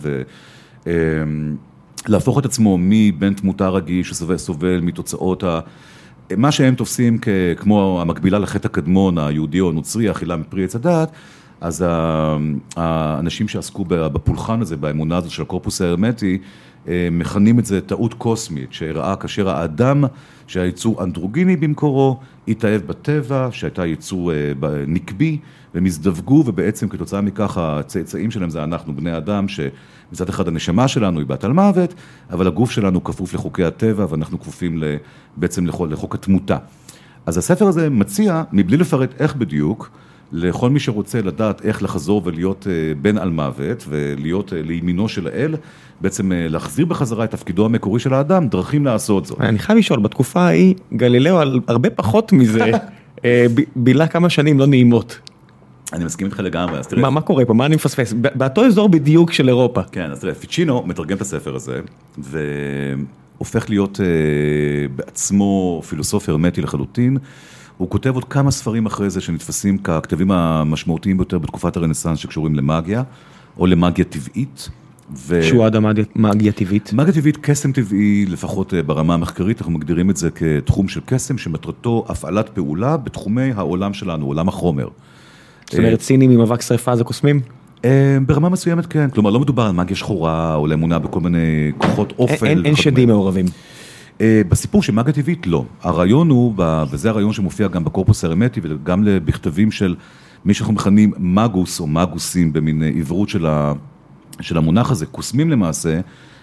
ולהפוך את עצמו מבן תמותה רגיש שסובל מתוצאות מה שהם תופסים כמו המקבילה לחטא הקדמון היהודי או הנוצרי, האכילה מפרי עץ הדעת, אז האנשים שעסקו בפולחן הזה, באמונה הזאת של הקורפוס ההרמטי, מכנים את זה טעות קוסמית, שהראה כאשר האדם שהיה יצור אנדרוגיני במקורו, התאהב בטבע, שהייתה יצור נקבי, והם הזדווגו, ובעצם כתוצאה מכך הצאצאים שלהם זה אנחנו, בני אדם, שמצד אחד הנשמה שלנו היא בת על מוות, אבל הגוף שלנו כפוף לחוקי הטבע, ואנחנו כפופים בעצם לחוק התמותה. אז הספר הזה מציע, מבלי לפרט איך בדיוק, לכל מי שרוצה לדעת איך לחזור ולהיות בן על מוות, ולהיות לימינו של האל, בעצם להחזיר בחזרה את תפקידו המקורי של האדם, דרכים לעשות זאת. אני חייב לשאול, בתקופה ההיא, גלילאו הרבה פחות מזה, בילה כמה שנים לא נעימות. אני מסכים איתך לגמרי, אז תראה. מה קורה פה? מה אני מפספס? באותו אזור בדיוק של אירופה. כן, אז תראה, פיצ'ינו מתרגם את הספר הזה, והופך להיות בעצמו פילוסוף הרמטי לחלוטין, הוא כותב עוד כמה ספרים אחרי זה שנתפסים ככתבים המשמעותיים ביותר בתקופת הרנסנס שקשורים למאגיה, או למאגיה טבעית. שהוא עד המאגיה טבעית? מאגיה טבעית, קסם טבעי, לפחות ברמה המחקרית, אנחנו מגדירים את זה כתחום של קסם, שמטרתו הפעלת פעולה בתחומי העולם שלנו, עולם החומר. זאת אומרת, סינים עם אבק שריפה זה קוסמים? ברמה מסוימת כן, כלומר לא מדובר על מאגיה שחורה, או לאמונה בכל מיני כוחות אופל. אין שדים מעורבים. בסיפור של מאגיה טבעית לא. הרעיון הוא, וזה הרעיון שמופיע גם בקורפוס ההרמטי, וגם בכתבים של מי שאנחנו מכנים מגוס או מגוסים, במין עברות של המונח הזה, קוסמים למעשה,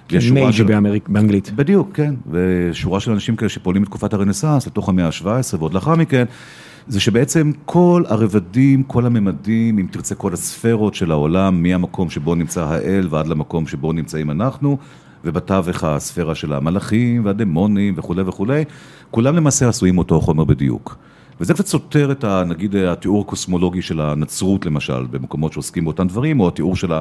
מייג' באנגלית. בדיוק, כן. ושורה של אנשים כאלה שפועלים בתקופת הרנסנס, לתוך המאה ה-17 ועוד לאחר מכן, זה שבעצם כל הרבדים, כל הממדים, אם תרצה כל הספרות של העולם, מהמקום שבו נמצא האל ועד למקום שבו נמצאים אנחנו, ובתווך הספירה של המלאכים והדמונים וכו' וכו', כולם למעשה עשויים אותו חומר בדיוק. וזה קצת סותר את, נגיד, התיאור הקוסמולוגי של הנצרות, למשל, במקומות שעוסקים באותם דברים, או התיאור של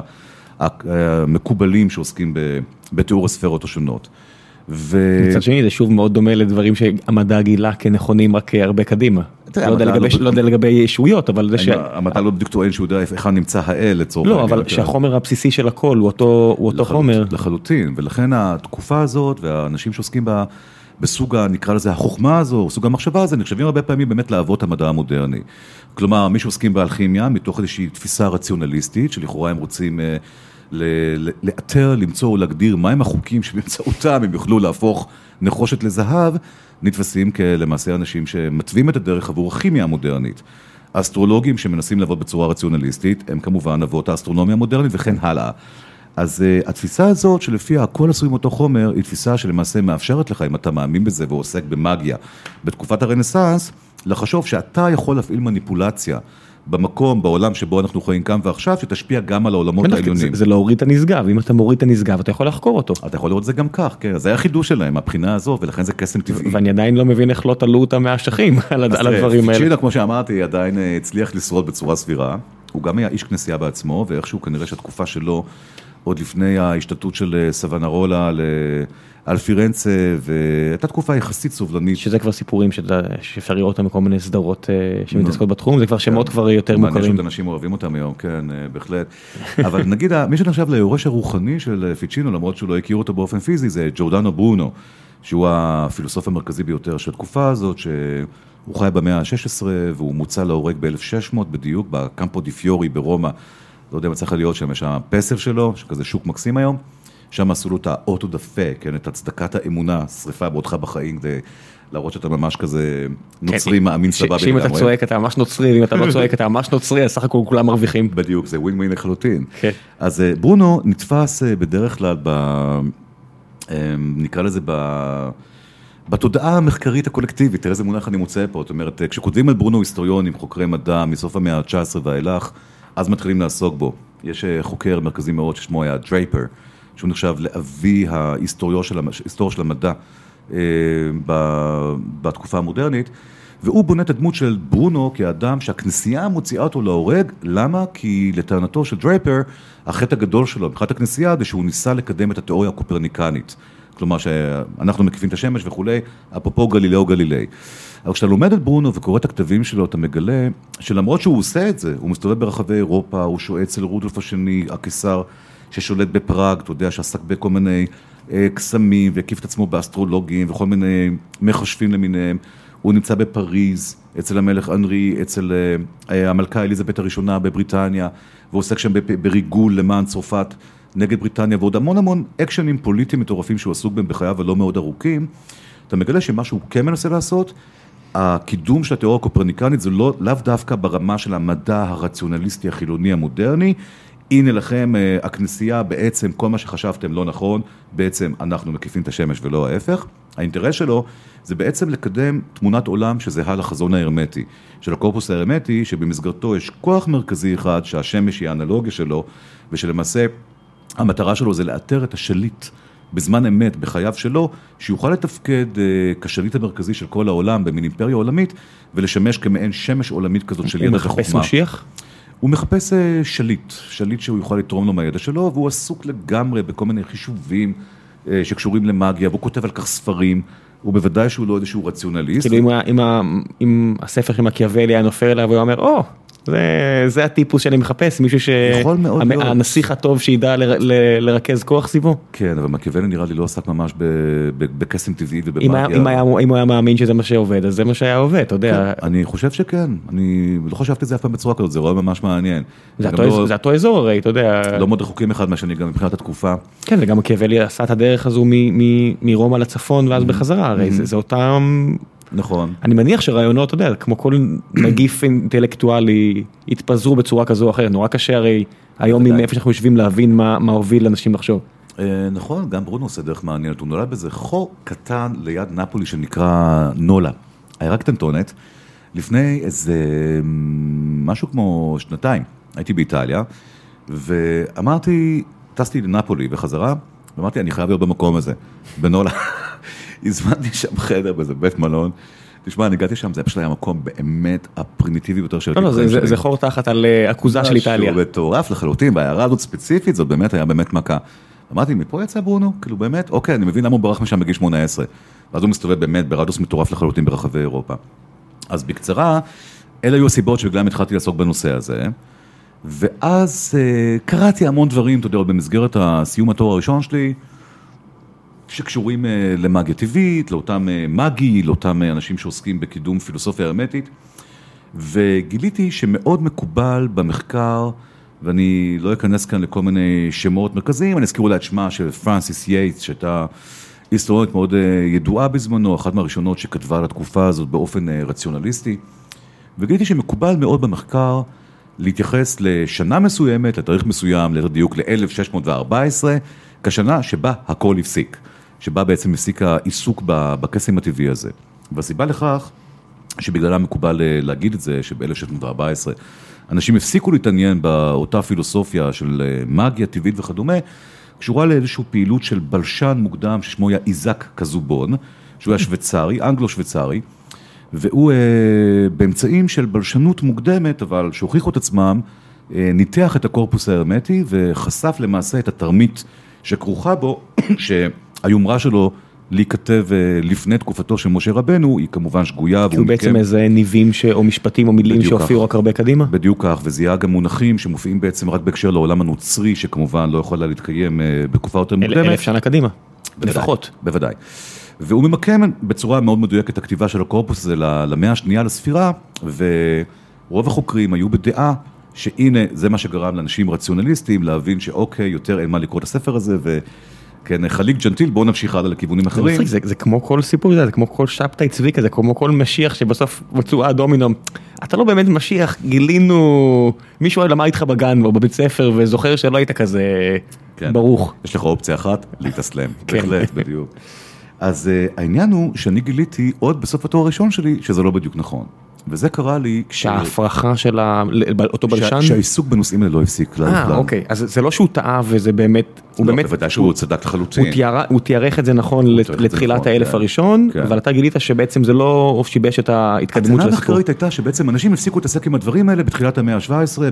המקובלים שעוסקים בתיאור הספירות השונות. מצד שני, זה שוב מאוד דומה לדברים שהמדע גילה כנכונים רק הרבה קדימה. לא יודע לגבי ישויות, אבל זה המדע לא בדיוק טוען שהוא יודע איפה נמצא האל לצורך. לא, אבל שהחומר הבסיסי של הכל הוא אותו חומר. לחלוטין, ולכן התקופה הזאת והאנשים שעוסקים בסוג, נקרא לזה, החוכמה הזו, סוג המחשבה הזה, נחשבים הרבה פעמים באמת לאבות המדע המודרני. כלומר, מי שעוסקים באלכימיה, מתוך איזושהי תפיסה רציונליסטית, שלכאורה הם רוצים לאתר, למצוא ולהגדיר מהם החוקים שבאמצעותם הם יוכלו להפוך נחושת לזהב, נתפסים כלמעשה אנשים שמתווים את הדרך עבור הכימיה המודרנית. האסטרולוגים שמנסים לעבוד בצורה רציונליסטית, הם כמובן אבות האסטרונומיה המודרנית וכן הלאה. אז התפיסה הזאת שלפיה הכל עשוי מאותו חומר, היא תפיסה שלמעשה מאפשרת לך, אם אתה מאמין בזה ועוסק במאגיה, בתקופת הרנסנס, לחשוב שאתה יכול להפעיל מניפולציה במקום, בעולם שבו אנחנו חיים כאן ועכשיו, שתשפיע גם על העולמות העליונים. זה להוריד את הנשגב, אם אתה מוריד את הנשגב, אתה יכול לחקור אותו. אתה יכול לראות את זה גם כך, כן, זה היה חידוש שלהם, הבחינה הזו, ולכן זה קסם טבעי. ואני עדיין לא מבין איך לא תלו אותם מהשטחים על הדברים האלה. פצ'ינה, כמו שאמרתי, עדיין הצליח לשרוד בצורה סבירה, הוא גם היה איש כנסייה בעצמו, ואיכשהו כנראה שהתקופה שלו, עוד לפני ההשתתות של סוונרולה על פירנצה, והייתה תקופה יחסית סובלנית. שזה כבר סיפורים שאפשר לראות אותם מכל מיני סדרות שמתעסקות בתחום, זה כבר שמות כבר יותר מוכרים. מעניין שעוד אנשים אוהבים אותם היום, כן, בהחלט. אבל נגיד, מי שנחשב ליורש הרוחני של פיצ'ינו, למרות שהוא לא הכיר אותו באופן פיזי, זה ג'ורדאנו ברונו, שהוא הפילוסוף המרכזי ביותר של התקופה הזאת, שהוא חי במאה ה-16, והוא מוצא להורג ב-1600 בדיוק, בקמפו די פיורי ברומא, לא יודע מה צריך להיות שם, יש הפסל שלו, שכזה שוק מקסים היום, שם עשו לו את האוטו דפה, כן, את הצדקת האמונה, שריפה בעודך בחיים, כדי להראות שאתה ממש כזה נוצרי, מאמין סבבה. שאם אתה צועק אתה ממש נוצרי, ואם אתה לא צועק אתה ממש נוצרי, אז סך הכל כולם מרוויחים. בדיוק, זה ווין ווין לחלוטין. אז ברונו נתפס בדרך כלל, נקרא לזה בתודעה המחקרית הקולקטיבית, תראה איזה מונח אני מוצא פה, זאת אומרת, כשכותבים על ברונו היסטוריונים, חוקרי מדע מסוף המאה ה-19 ואילך, אז מתחילים לעסוק בו. יש חוקר מרכזי מאוד ששמו היה דרייפר, שהוא נחשב לאבי ההיסטוריה של המדע בתקופה המודרנית, והוא בונה את הדמות של ברונו כאדם שהכנסייה מוציאה אותו להורג. למה? כי לטענתו של דרייפר, החטא הגדול שלו מבחינת הכנסייה זה שהוא ניסה לקדם את התיאוריה הקופרניקנית. כלומר שאנחנו מקיפים את השמש וכולי, אפרופו גלילאו גלילי. אבל כשאתה לומד את ברונו וקורא את הכתבים שלו, אתה מגלה שלמרות שהוא עושה את זה, הוא מסתובב ברחבי אירופה, הוא שואץ אצל רודולף השני, הקיסר ששולט בפראג, אתה יודע, שעסק בכל מיני קסמים, והקיף את עצמו באסטרולוגים וכל מיני מחשבים למיניהם. הוא נמצא בפריז, אצל המלך אנרי, אצל המלכה אליזבת הראשונה בבריטניה, והוא עוסק שם בריגול למען צרפת נגד בריטניה, ועוד המון אקשנים פוליטיים מטורפים שהוא עסוק בהם בחייו הלא מאוד ארוכים. אתה מגלה שמה שהוא כן מנסה לעשות, הקידום של התיאוריה הקופרניקנית זה לאו דווקא ברמה של המדע הרציונליסטי החילוני המודרני. הנה לכם, הכנסייה בעצם, כל מה שחשבתם לא נכון, בעצם אנחנו מקיפים את השמש ולא ההפך. האינטרס שלו זה בעצם לקדם תמונת עולם שזהה לחזון ההרמטי, של הקורפוס ההרמטי, שבמסגרתו יש כוח מרכזי אחד שהשמש היא האנלוגיה שלו, ושלמעשה המטרה שלו זה לאתר את השליט בזמן אמת בחייו שלו, שיוכל לתפקד כשליט המרכזי של כל העולם במין אימפריה עולמית, ולשמש כמעין שמש עולמית כזאת של ידע וחוכמה. הוא מחפש משיח? הוא מחפש שליט שהוא יוכל לתרום לו מהידע שלו, והוא עסוק לגמרי בכל מיני חישובים שקשורים למאגיה, והוא כותב על כך ספרים, ובוודאי שהוא לא איזשהו רציונליסט. כאילו אם הספר של מקיאוולי היה נופל אליו, הוא אומר, זה הטיפוס שאני מחפש, מישהו שהנסיך הטוב שידע לרכז כוח סביבו. כן, אבל מקיאוולי נראה לי לא עסק ממש בקסם טבעי ובמאגיה. אם הוא היה מאמין שזה מה שעובד, אז זה מה שהיה עובד, אתה יודע. אני חושב שכן, אני לא חשבתי את זה אף פעם בצורה כזאת, זה רואה ממש מעניין. זה אותו אזור הרי, אתה יודע. לא מאוד רחוקים אחד מהשני, גם מבחינת התקופה. כן, וגם מקיאוולי עשה את הדרך הזו מרומא לצפון ואז בחזרה, הרי זה אותם... נכון. אני מניח שרעיונות, אתה יודע, כמו כל נגיף אינטלקטואלי, התפזרו בצורה כזו או אחרת. נורא קשה הרי היום מאיפה שאנחנו יושבים להבין מה הוביל לאנשים לחשוב. נכון, גם ברונו עושה דרך מעניינת, הוא נולד בזה חור קטן ליד נפולי שנקרא נולה, עיירה קטנטונת, לפני איזה משהו כמו שנתיים, הייתי באיטליה, ואמרתי, טסתי לנפולי בחזרה, ואמרתי, אני חייב להיות במקום הזה, בנולה, הזמנתי שם חדר באיזה בית מלון, תשמע, אני הגעתי שם, זה פשוט היה מקום באמת הפרימיטיבי ביותר של... לא, זה חור תחת על עכוזה של איטליה. משהו מטורף לחלוטין, והעיירה הזאת ספציפית, זאת באמת היה באמת מכה. אמרתי, מפה יצא ברונו? כאילו באמת, אוקיי, אני מבין למה הוא ברח משם בגיל 18. ואז הוא מסתובב באמת ברדיוס מטורף לחלוטין ברחבי אירופה. אז בקצרה, אלה היו הסיבות שבגללם התחלתי לעסוק בנושא הזה, ואז קראתי המון דברים, אתה יודע, במסגרת הסיום התואר הראשון שלי, שקשורים למאגיה טבעית, לאותם מאגי, לאותם אנשים שעוסקים בקידום פילוסופיה הרמטית, וגיליתי שמאוד מקובל במחקר, ואני לא אכנס כאן לכל מיני שמות מרכזיים, אני אזכיר אולי את שמה של פרנסיס יייטס, שהייתה היסטוריונית מאוד ידועה בזמנו, אחת מהראשונות שכתבה על התקופה הזאת באופן רציונליסטי, וגיליתי שמקובל מאוד במחקר להתייחס לשנה מסוימת, לתאריך מסוים, ליתר דיוק ל-1614, כשנה שבה הכל הפסיק, שבה בעצם הפסיק העיסוק בקסם הטבעי הזה. והסיבה לכך, שבגללה מקובל להגיד את זה, שב-1614, אנשים הפסיקו להתעניין באותה פילוסופיה של מאגיה טבעית וכדומה, קשורה לאיזושהי פעילות של בלשן מוקדם, ששמו היה איזק קזובון, שהוא היה שוויצרי, אנגלו-שוויצרי, והוא באמצעים של בלשנות מוקדמת, אבל שהוכיחו את עצמם, ניתח את הקורפוס ההרמטי, וחשף למעשה את התרמית שכרוכה בו, שהיומרה שלו להיכתב לפני תקופתו של משה רבנו, היא כמובן שגויה. כי הוא בעצם איזה ניבים או משפטים או מילים שהופיעו רק הרבה קדימה? בדיוק כך, וזיהה גם מונחים שמופיעים בעצם רק בהקשר לעולם הנוצרי, שכמובן לא יכולה להתקיים בתקופה יותר מוקדמת. 1000 שנה קדימה, לפחות. בוודאי. והוא ממקם בצורה מאוד מדויקת את הכתיבה של הקורפוס הזה למאה השנייה לספירה, ורוב החוקרים היו בדעה שהנה זה מה שגרם לאנשים רציונליסטים להבין שאוקיי, יותר אין מה לקרוא את הספר הזה, וכן, חליק ג'נטיל, בואו נמשיך הלאה לכיוונים אחרים. זה כמו כל סיפור, זה כמו כל שבתאי צבי כזה, כמו כל משיח שבסוף מצאו הדומינו. אתה לא באמת משיח, גילינו, מישהו למד איתך בגן או בבית ספר וזוכר שלא היית כזה ברוך. יש לך אופציה אחת, להתאסלם, בהחלט, בדיוק. אז העניין הוא שאני גיליתי עוד בסוף התואר הראשון שלי, שזה לא בדיוק נכון. וזה קרה לי... שההפרחה של אותו בלשן? שהעיסוק בנושאים האלה לא הפסיק. אוקיי. אז זה לא שהוא טעה וזה באמת... לא, בוודאי שהוא צדק לחלוטין. הוא תיארך את זה נכון לתחילת האלף הראשון, אבל אתה גילית שבעצם זה לא שיבש את ההתקדמות של הסיפור. המחקרית הייתה שבעצם אנשים הפסיקו להתעסק עם הדברים האלה בתחילת המאה ה-17,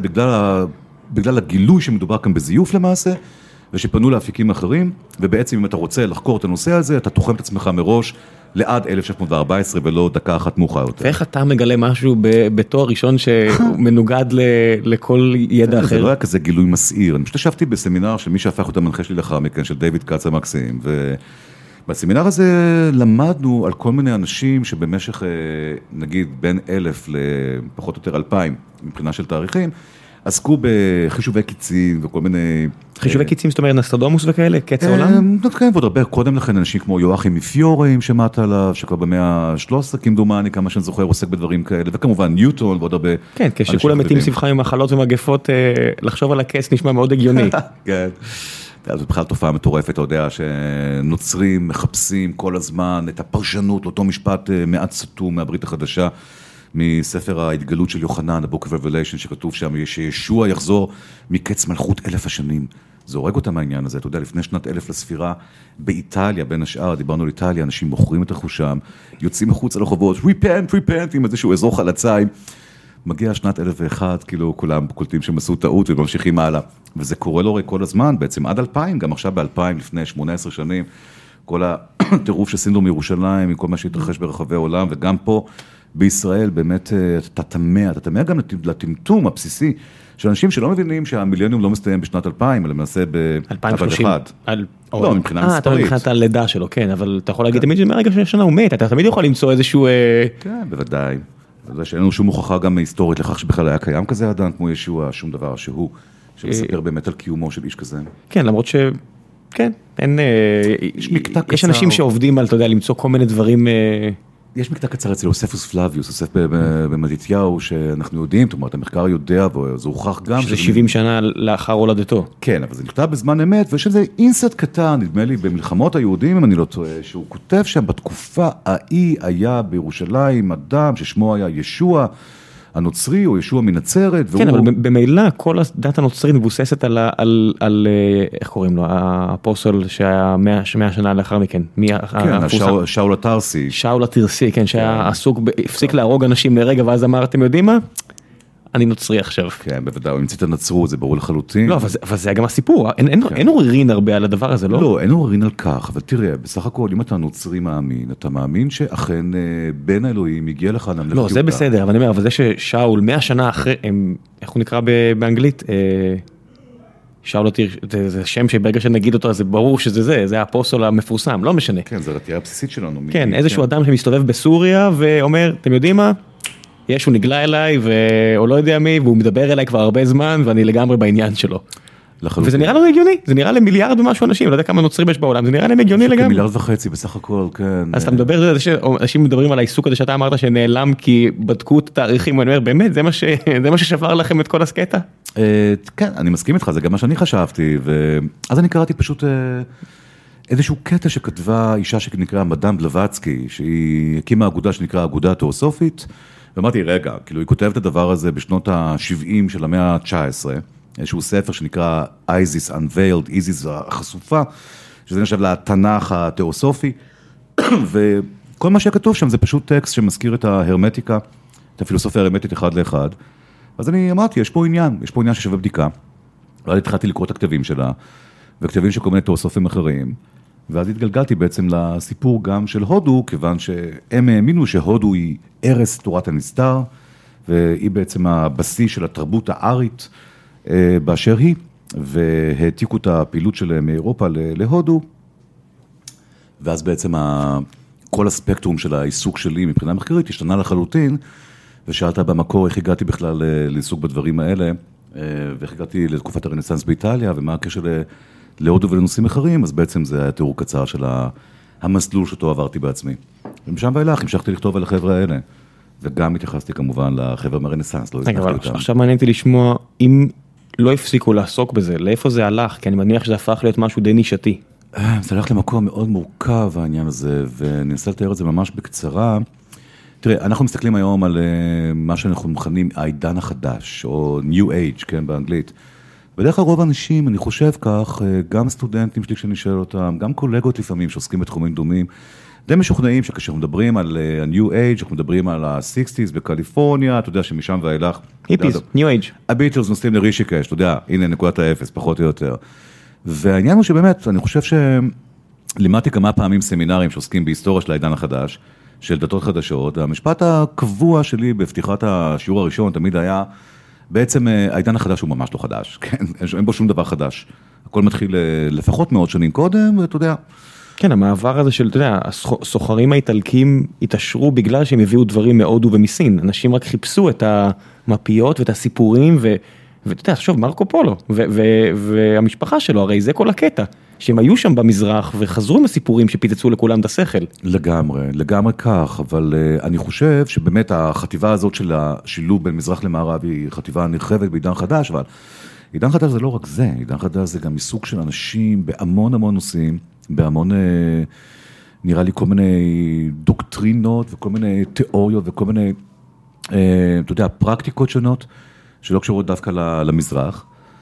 בגלל הגילוי שמדובר כאן בזיוף למעשה, ושפנו לאפיקים אחרים, ובעצם אם אתה רוצה לחקור את הנושא הזה, אתה תוחם את עצמך מראש לעד 1614 ולא דקה אחת מאוחר יותר. ואיך אתה מגלה משהו בתואר ראשון שמנוגד לכל ידע אחר? זה לא היה כזה גילוי מסעיר. אני פשוט ישבתי בסמינר של מי שהפך אותה מנחה שלי לאחר מכן, של דיוויד קאץ המקסים, ובסמינר הזה למדנו על כל מיני אנשים שבמשך, נגיד, בין 1,000 לפחות או יותר 2,000, מבחינה של תאריכים, עסקו בחישובי קיצים וכל מיני... חישובי קיצים, זאת אומרת, נסטרדמוס וכאלה, קץ העולם? כן, ועוד הרבה קודם לכן אנשים כמו יואכים מפיורה, אם שמעת עליו, שכבר במאה ה-13, כמדומני, כמה שאני זוכר, עוסק בדברים כאלה, וכמובן ניוטון ועוד הרבה... כן, כשכולם מתים סביבך עם מחלות ומגפות, לחשוב על הקץ נשמע מאוד הגיוני. כן, זו בכלל תופעה מטורפת, אתה יודע, שנוצרים מחפשים כל הזמן את הפרשנות, אותו משפט מעט סתום מהברית החדשה, מספר ההתגלות של יוחנן, ה-Book of Revelation, שכתוב שם שישוע יחזור מקץ מלכות 1000 השנים. זה הורג אותם מהעניין הזה. אתה יודע, לפני שנת 1000 לספירה, באיטליה, בין השאר, דיברנו על איטליה, אנשים מוכרים את רכושם, יוצאים מחוץ על הרחובות, repent, עם איזשהו אזור חלציים. מגיע שנת 1001, כאילו כולם קולטים שהם עשו טעות וממשיכים הלאה. וזה קורה לו כל הזמן, בעצם עד 2000, גם עכשיו ב-2000, לפני 18 שנים, כל הטירוף של סינדרום ירושלים, עם כל מה שהתרחש ברחבי העולם, וגם פה, בישראל באמת אתה תמה גם לטמטום הבסיסי של אנשים שלא מבינים שהמיליונים לא מסתיים בשנת 2000, אלא מנסה ב-2030. לא, מבחינה מספרית. אתה מבחינת הלידה שלו, כן, אבל אתה יכול להגיד תמיד שמהרגע שהשנה הוא מת, אתה תמיד יכול למצוא איזשהו... כן, בוודאי. זה שאין לנו שום הוכחה גם היסטורית לכך שבכלל היה קיים כזה אדם כמו ישוע, שום דבר שמספר באמת על קיומו של איש כזה. כן, למרות ש... כן, אין... יש אנשים שעובדים על, אתה יודע, למצוא כל מיני דברים... יש מקטע קצר אצל יוספוס פלביוס, יוסף במתתיהו, שאנחנו יודעים, זאת אומרת, המחקר יודע, וזה הוכח גם. שזה 70 שנה לאחר הולדתו. כן, אבל זה נכתב בזמן אמת, ויש איזה אינסרט קטן, נדמה לי, במלחמות היהודים, אם אני לא טועה, שהוא כותב שם בתקופה ההיא היה בירושלים אדם ששמו היה ישוע הנוצרי, או ישוע מנצרת. כן, אבל במילא כל הדת הנוצרית מבוססת על איך קוראים לו, האפוסטל שהיה 100 שנה לאחר מכן. כן, שאול התרסי. שאול התרסי, כן, שהיה עסוק, הפסיק להרוג אנשים לרגע, ואז אמר, אתם יודעים מה? אני נוצרי עכשיו. כן, בוודאי, הוא המציא את הנצרות, זה ברור לחלוטין. לא, אבל זה היה גם הסיפור, אין עוררין הרבה על הדבר הזה, לא? לא, אין עוררין על כך, אבל תראה, בסך הכל, אם אתה נוצרי מאמין, אתה מאמין שאכן בן האלוהים הגיע לך למלכות. לא, זה בסדר, אבל אני אומר, אבל זה ששאול 100 שנה אחרי, איך הוא נקרא באנגלית? שאול התיר, זה שם שברגע שנגיד אותו, זה ברור שזה זה האפוסטל המפורסם, לא משנה. כן, זה רתיעה הבסיסית שלנו. כן, איזשהו אדם שמסתובב בסוריה ואומר, אתם יודעים מה? ישו נגלה אליי, או לא יודע מי, והוא מדבר אליי כבר הרבה זמן, ואני לגמרי בעניין שלו. וזה נראה לנו הגיוני, זה נראה למיליארד ומשהו אנשים, לא יודע כמה נוצרים יש בעולם, זה נראה להם הגיוני לגמרי. מיליארד וחצי בסך הכל, כן. אז אתה מדבר, אנשים מדברים על העיסוק הזה שאתה אמרת שנעלם, כי בדקו את התאריכים, ואני אומר, באמת, זה מה ששבר לכם את כל הסקטה? כן, אני מסכים איתך, זה גם מה שאני חשבתי, ואז אני קראתי פשוט איזשהו קטע שכתבה אישה שנקרא מדאם בלווצקי, שהיא הקימה אגודה שנקרא אגודה התיאוסופית, ואמרתי, רגע, כאילו היא כותבת את הדבר הזה בשנות ה-70 של המאה ה-19, איזשהו ספר שנקרא Isis Unveiled, איזיס החשופה, שזה נחשב לתנ"ך התיאוסופי, וכל מה שכתוב שם זה פשוט טקסט שמזכיר את ההרמטיקה, את הפילוסופיה ההרמטית אחד לאחד, אז אני אמרתי, יש פה עניין ששווה בדיקה, ואז התחלתי לקרוא את הכתבים שלה, וכתבים של כל מיני תיאוסופים אחרים, ואז התגלגלתי בעצם לסיפור גם של הודו, כיוון שהם האמינו שהודו היא ערש תורת הנסתר, והיא בעצם הבסיס של התרבות הארית באשר היא, והעתיקו את הפעילות שלהם מאירופה להודו, ואז בעצם כל הספקטרום של העיסוק שלי מבחינה מחקרית השתנה לחלוטין, ושאלת במקור איך הגעתי בכלל לעיסוק בדברים האלה, ואיך הגעתי לתקופת הרנסנס באיטליה, ומה הקשר להודו ולנושאים אחרים, אז בעצם זה היה תיאור קצר של המסלול שאותו עברתי בעצמי. ומשם ואילך, המשכתי לכתוב על החבר'ה האלה, וגם התייחסתי כמובן לחבר'ה מהרנסנס, לא הזנחתי אותם. עכשיו מעניין אותי לשמוע, אם לא הפסיקו לעסוק בזה, לאיפה זה הלך? כי אני מניח שזה הפך להיות משהו די נישתי. זה הלך למקום מאוד מורכב העניין הזה, ואני אנסה לתאר את זה ממש בקצרה. תראה, אנחנו מסתכלים היום על מה שאנחנו מכנים העידן החדש, או New Age, כן, באנגלית. בדרך כלל רוב האנשים, אני חושב כך, גם סטודנטים שלי כשאני שואל אותם, גם קולגות לפעמים שעוסקים בתחומים דומים, די משוכנעים שכשאנחנו מדברים על ה-New Age, אנחנו מדברים על ה-60s בקליפורניה, אתה יודע שמשם ואילך. היפיס, New Age. הביטלס נוסעים לרישיקש, אתה יודע, הנה נקודת האפס, פחות או יותר. והעניין הוא שבאמת, אני חושב שלימדתי כמה פעמים סמינרים שעוסקים בהיסטוריה של העידן החדש, של דתות חדשות, המשפט הקבוע שלי בפתיחת השיעור הראשון תמיד היה, בעצם העידן החדש הוא ממש לא חדש, כן? אין בו שום דבר חדש. הכל מתחיל לפחות מאות שנים קודם, ואתה יודע. כן, המעבר הזה של, אתה יודע, הסוחרים האיטלקים התעשרו בגלל שהם הביאו דברים מהודו ומסין. אנשים רק חיפשו את המפיות ואת הסיפורים, ואתה יודע, שוב, מרקו פולו, והמשפחה שלו, הרי זה כל הקטע. שהם היו שם במזרח וחזרו עם הסיפורים שפיצצו לכולם את השכל. לגמרי כך, אבל אני חושב שבאמת החטיבה הזאת של השילוב בין מזרח למערב היא חטיבה נרחבת בעידן חדש, אבל עידן חדש זה לא רק זה, עידן חדש זה גם מסוג של אנשים בהמון נושאים, בהמון, נראה לי כל מיני דוקטרינות וכל מיני תיאוריות וכל מיני, אתה יודע, פרקטיקות שונות שלא קשורות דווקא למזרח.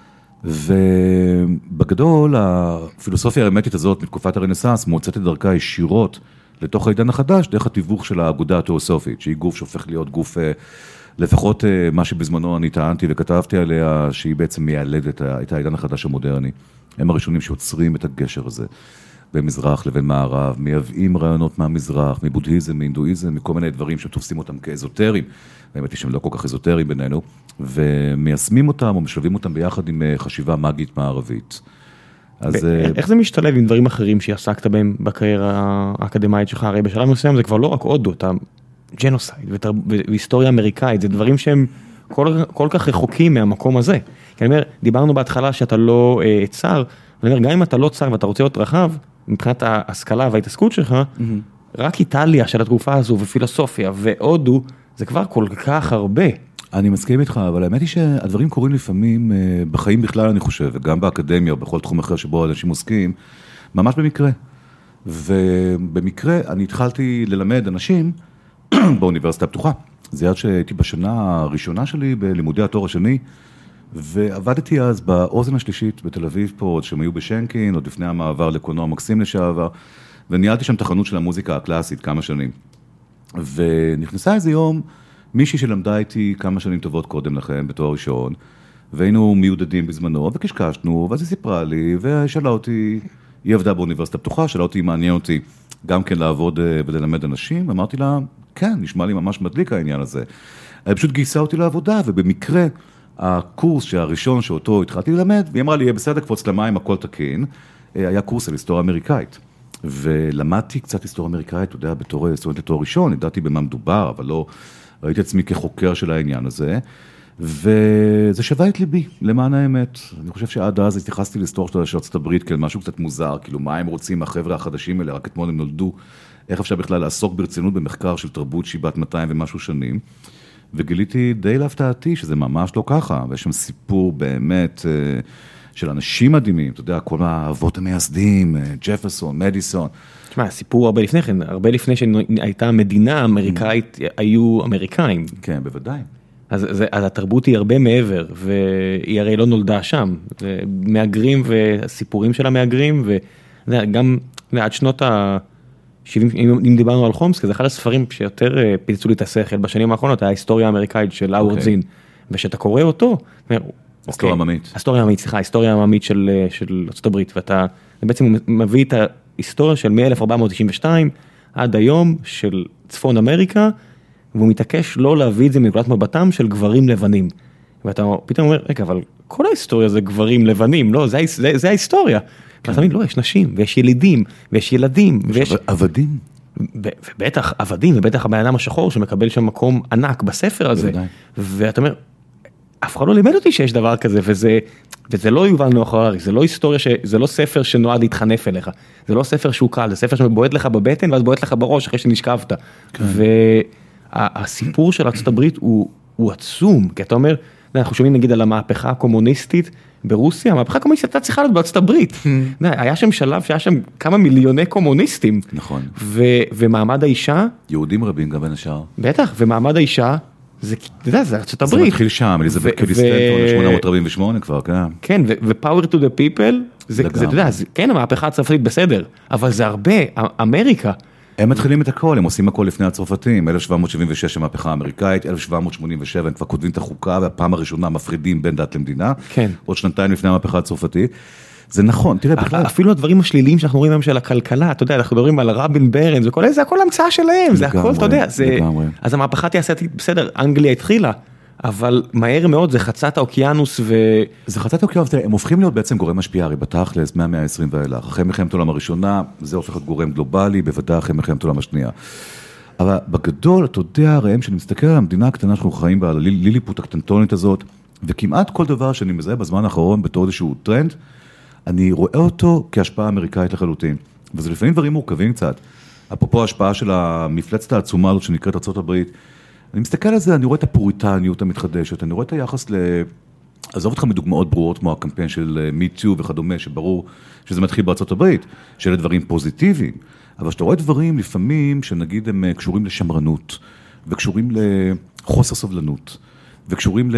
ובגדול, הפילוסופיה הרמטית הזאת מתקופת הרנסנס מוצאת את דרכה ישירות לתוך העידן החדש, דרך התיווך של האגודה התיאוסופית, שהיא גוף שהופך להיות גוף, לפחות מה שבזמנו אני טענתי וכתבתי עליה, שהיא בעצם מיילדת את העידן החדש המודרני. הם הראשונים שיוצרים את הגשר הזה בין מזרח לבין מערב, מייבאים רעיונות מהמזרח, מבודהיזם, מהינדואיזם, מכל מיני דברים שתופסים אותם כאזוטריים, באמת שהם לא כל כך אזוטריים בינינו, ומיישמים אותם או משלבים אותם ביחד עם חשיבה מגית מערבית. איך זה משתלב עם דברים אחרים שעסקת בהם בקריירה האקדמית שלך? הרי בשלב מסוים זה כבר לא רק הודו, אתה ג'נוסייד והיסטוריה אמריקאית, זה דברים שהם כל כך רחוקים מהמקום הזה. כי אני אומר, דיברנו בהתחלה שאתה לא צר, אני אומר, גם אם אתה לא צר ואתה רוצה להיות רחב, מבחינת ההשכלה וההתעסקות שלך, רק איטליה של התקופה הזו ופילוסופיה והודו, זה כבר כל כך הרבה. אני מסכים איתך, אבל האמת היא שהדברים קורים לפעמים בחיים בכלל, אני חושב, וגם באקדמיה, או בכל תחום אחר שבו אנשים עוסקים, ממש במקרה. ובמקרה אני התחלתי ללמד אנשים באוניברסיטה הפתוחה. זה עד שהייתי בשנה הראשונה שלי בלימודי התואר השני, ועבדתי אז באוזן השלישית בתל אביב פה, עוד שהם היו בשנקין, עוד לפני המעבר לקולנוע מקסים לשעבר, וניהלתי שם תחנות של המוזיקה הקלאסית כמה שנים. ונכנסה איזה יום מישהי שלמדה איתי כמה שנים טובות קודם לכם בתואר ראשון, והיינו מיודדים בזמנו, וקשקשנו, ואז היא סיפרה לי, ושאלה אותי, היא עבדה באוניברסיטה הפתוחה, שאלה אותי, מעניין אותי גם כן לעבוד וללמד אנשים, ואמרתי לה, כן, נשמע לי ממש מדליק העניין הזה. היא פשוט גייסה אותי לעבודה, ובמקרה הקורס שהראשון שאותו התחלתי ללמד, והיא אמרה לי, בסדר, קפוץ למים, הכל תקין, היה קורס על היסטוריה אמריקאית. ולמדתי קצת היסטוריה אמריקאית, אתה יודע, בתור סטודנט לתואר ראשון, ידעתי במה מדובר, אבל לא ראיתי עצמי כחוקר של העניין הזה, וזה שווה את ליבי, למען האמת. אני חושב שעד אז התייחסתי להיסטוריה של ארצות הברית כאל משהו קצת מוזר, כאילו מה הם רוצים החבר'ה החדשים האלה, רק אתמול הם נולדו, איך אפשר בכלל לעסוק ברצינות במחקר של תרבות שהיא בת 200 ומשהו שנים, וגיליתי די להפתעתי שזה ממש לא ככה, ויש שם סיפור באמת של אנשים מדהימים, אתה יודע, כל האבות המייסדים, ג'פרסון, מדיסון. תשמע, הסיפור הרבה לפני כן, הרבה לפני שהייתה מדינה אמריקאית, היו אמריקאים. כן, בוודאי. אז התרבות היא הרבה מעבר, והיא הרי לא נולדה שם. מהגרים והסיפורים של המהגרים, וגם עד שנות ה-70, אם דיברנו על חומסקי, זה אחד הספרים שיותר פיצצו לי את השכל בשנים האחרונות, ההיסטוריה האמריקאית של האוורד זין, ושאתה קורא אותו, היסטוריה עממית. היסטוריה עממית של ארצות הברית, ואתה בעצם מביא את ההיסטוריה של מ-1492 עד היום של צפון אמריקה, והוא מתעקש לא להביא את זה מנקודת מבטם של גברים לבנים. ואתה פתאום אומר, רגע, אבל כל ההיסטוריה זה גברים לבנים, לא, זה ההיסטוריה. ואתה תמיד, לא, יש נשים, ויש ילידים, ויש ילדים, ויש עבדים. ובטח עבדים, ובטח הבן אדם השחור שמקבל שם מקום ענק בספר הזה. ואתה אומר, אף אחד לא לימד אותי שיש דבר כזה, וזה לא יובל נוח הררי, זה לא היסטוריה, זה לא ספר שנועד להתחנף אליך, זה לא ספר שהוא קל, זה ספר שבועט לך בבטן, ואז בועט לך בראש אחרי שנשכבת. והסיפור של ארצות הברית הוא עצום, כי אתה אומר, אנחנו שומעים נגיד על המהפכה הקומוניסטית ברוסיה, המהפכה הקומוניסטית הייתה צריכה להיות בארצות הברית. היה שם שלב שהיה שם כמה מיליוני קומוניסטים. נכון. ומעמד האישה, יהודים רבים גם בין השאר. בטח, ומעמד האישה, זה ארצות הברית. זה מתחיל שם, אליזבת קיליסטנטו, 848 כבר, כן. כן, ו-power to the people, אתה יודע, כן, המהפכה הצרפתית בסדר, אבל זה הרבה, אמריקה. הם מתחילים את הכל, הם עושים הכל לפני הצרפתים, 1776 המהפכה האמריקאית, 1787 הם כבר כותבים את החוקה, והפעם הראשונה מפרידים בין דת למדינה, כן. עוד שנתיים לפני המהפכה הצרפתית. זה נכון, תראה בכלל. אפילו הדברים השליליים שאנחנו רואים היום של הכלכלה, אתה יודע, אנחנו מדברים על רבין ברנס וכל זה, הכל המצאה שלהם, זה הכל, אתה יודע. אז המהפכה תעשיית, בסדר, אנגליה התחילה, אבל מהר מאוד זה חצת האוקיינוס זה חצת האוקיינוס, תראה, הם הופכים להיות בעצם גורם משפיע, הרי בתכלס, מהמאה ה-20 ואילך. אחרי מלחמת העולם הראשונה, זה הופך להיות גורם גלובלי, בוודאי אחרי מלחמת העולם השנייה. אבל בגדול, אתה יודע, הרי שאני מסתכל על המדינה הקטנה שאנחנו חיים בה, על הליליפוט הקטנטונית הזאת, וכמעט כל דבר שאני מזהה בזמן האחרון בתור איזשהו טרנד, אני רואה אותו כהשפעה אמריקאית לחלוטין. וזה לפעמים דברים מורכבים קצת. אפרופו ההשפעה של המפלצת העצומה הזאת שנקראת ארצות הברית, אני מסתכל על זה, אני רואה את הפוריטניות המתחדשת, אני רואה את היחס עזוב אותך מדוגמאות ברורות כמו הקמפיין של MeToo וכדומה, שברור שזה מתחיל בארצות הברית, שאלה דברים פוזיטיביים, אבל שאתה רואה דברים לפעמים שנגיד הם קשורים לשמרנות, וקשורים לחוסר סובלנות, וקשורים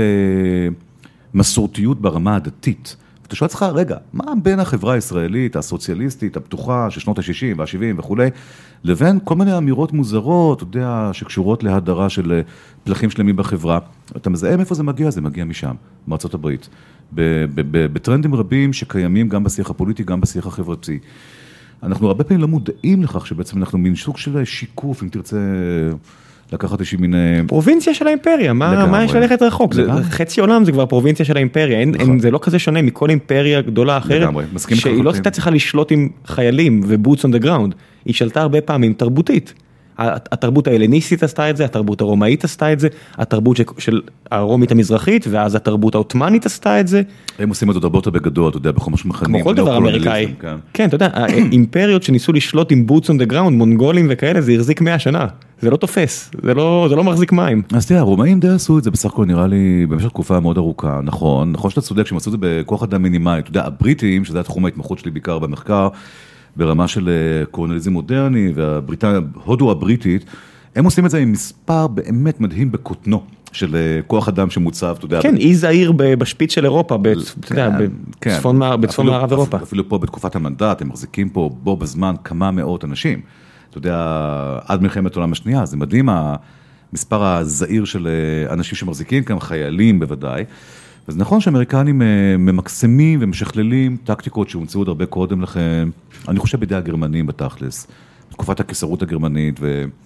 למסורתיות ברמה הדתית, אתה שואל לך, רגע, מה בין החברה הישראלית, הסוציאליסטית, הפתוחה, של שנות ה-60 וה-70 וכו', לבין כל מיני אמירות מוזרות, אתה יודע, שקשורות להדרה של פלחים שלמים בחברה. אתה מזהה מאיפה זה מגיע? זה מגיע משם, מארצות הברית. בטרנדים רבים שקיימים גם בשיח הפוליטי, גם בשיח החברתי. אנחנו הרבה פעמים לא מודעים לכך שבעצם אנחנו מין סוג של שיקוף, אם תרצה לקחת איזושהי מין פרובינציה של האימפריה, מה יש ללכת רחוק? חצי עולם זה כבר פרובינציה של האימפריה, זה לא כזה שונה מכל אימפריה גדולה אחרת, שהיא לא הייתה צריכה לשלוט עם חיילים ובוטס on the ground, היא שלטה הרבה פעמים תרבותית. התרבות ההלניסטית עשתה את זה, התרבות הרומאית עשתה את זה, התרבות של הרומית המזרחית, ואז התרבות העות'מאנית עשתה את זה. הם עושים את זה הרבה יותר בגדול, אתה יודע, בכל מה שמכנים. כמו כל דבר אמריקאי. כן, אתה יודע, אימפריות שניסו לשלוט עם boots on the ground, מונגולים וכאלה, זה החזיק 100 שנה. זה לא תופס, זה לא מחזיק מים. אז תראה, הרומאים די עשו את זה בסך הכל נראה לי במשך תקופה מאוד ארוכה, נכון שאתה צודק שהם עשו את זה בכוח אדם מינימלי, אתה יודע, הבריטים, שזה התחום ההתמחות שלי בעיקר במחקר, ברמה של קולוניאליזם מודרני, והודו הבריטית, הם עושים את זה עם מספר באמת מדהים בקוטנו, של כוח אדם שמוצב, אתה יודע. כן, אי זעיר בשפיץ של אירופה, בצפון מערב אירופה. אפילו פה בתקופת המנדט, הם מחזיקים פה בו בזמן כמה מאות אנשים. אתה יודע, עד מלחמת העולם השנייה, זה מדהים המספר הזעיר של אנשים שמחזיקים, גם חיילים בוודאי. אז נכון שאמריקנים ממקסמים ומשכללים טקטיקות שהומצאו עוד הרבה קודם לכם, אני חושב בידי הגרמנים בתכלס, בתקופת הקיסרות הגרמנית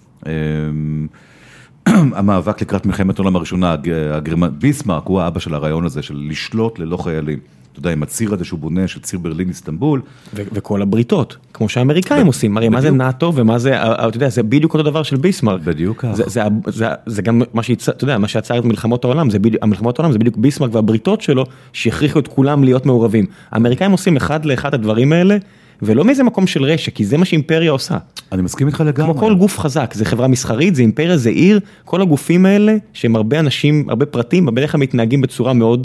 והמאבק לקראת מלחמת העולם הראשונה, ביסמרק הוא האבא של הרעיון הזה, של לשלוט ללא חיילים. אתה יודע, עם הציר הזה שהוא בונה, של ציר ברלין, איסטנבול. וכל הבריטות, כמו שהאמריקאים עושים. הרי מה זה נאטו ומה זה, אתה יודע, זה בדיוק אותו דבר של ביסמרק. בדיוק ככה. זה גם מה שיצר את מלחמות העולם, המלחמות העולם זה בדיוק ביסמרק והבריטות שלו, שהכריחו את כולם להיות מעורבים. האמריקאים עושים אחד לאחד הדברים האלה, ולא מאיזה מקום של רשע, כי זה מה שאימפריה עושה. אני מסכים איתך לגמרי. כמו כל גוף חזק, זה חברה מסחרית, זה אימפריה, זה עיר, כל הגופים האלה, שהם הרבה אנשים, הרבה פרטים, בדרך כלל מתנהגים בצורה מאוד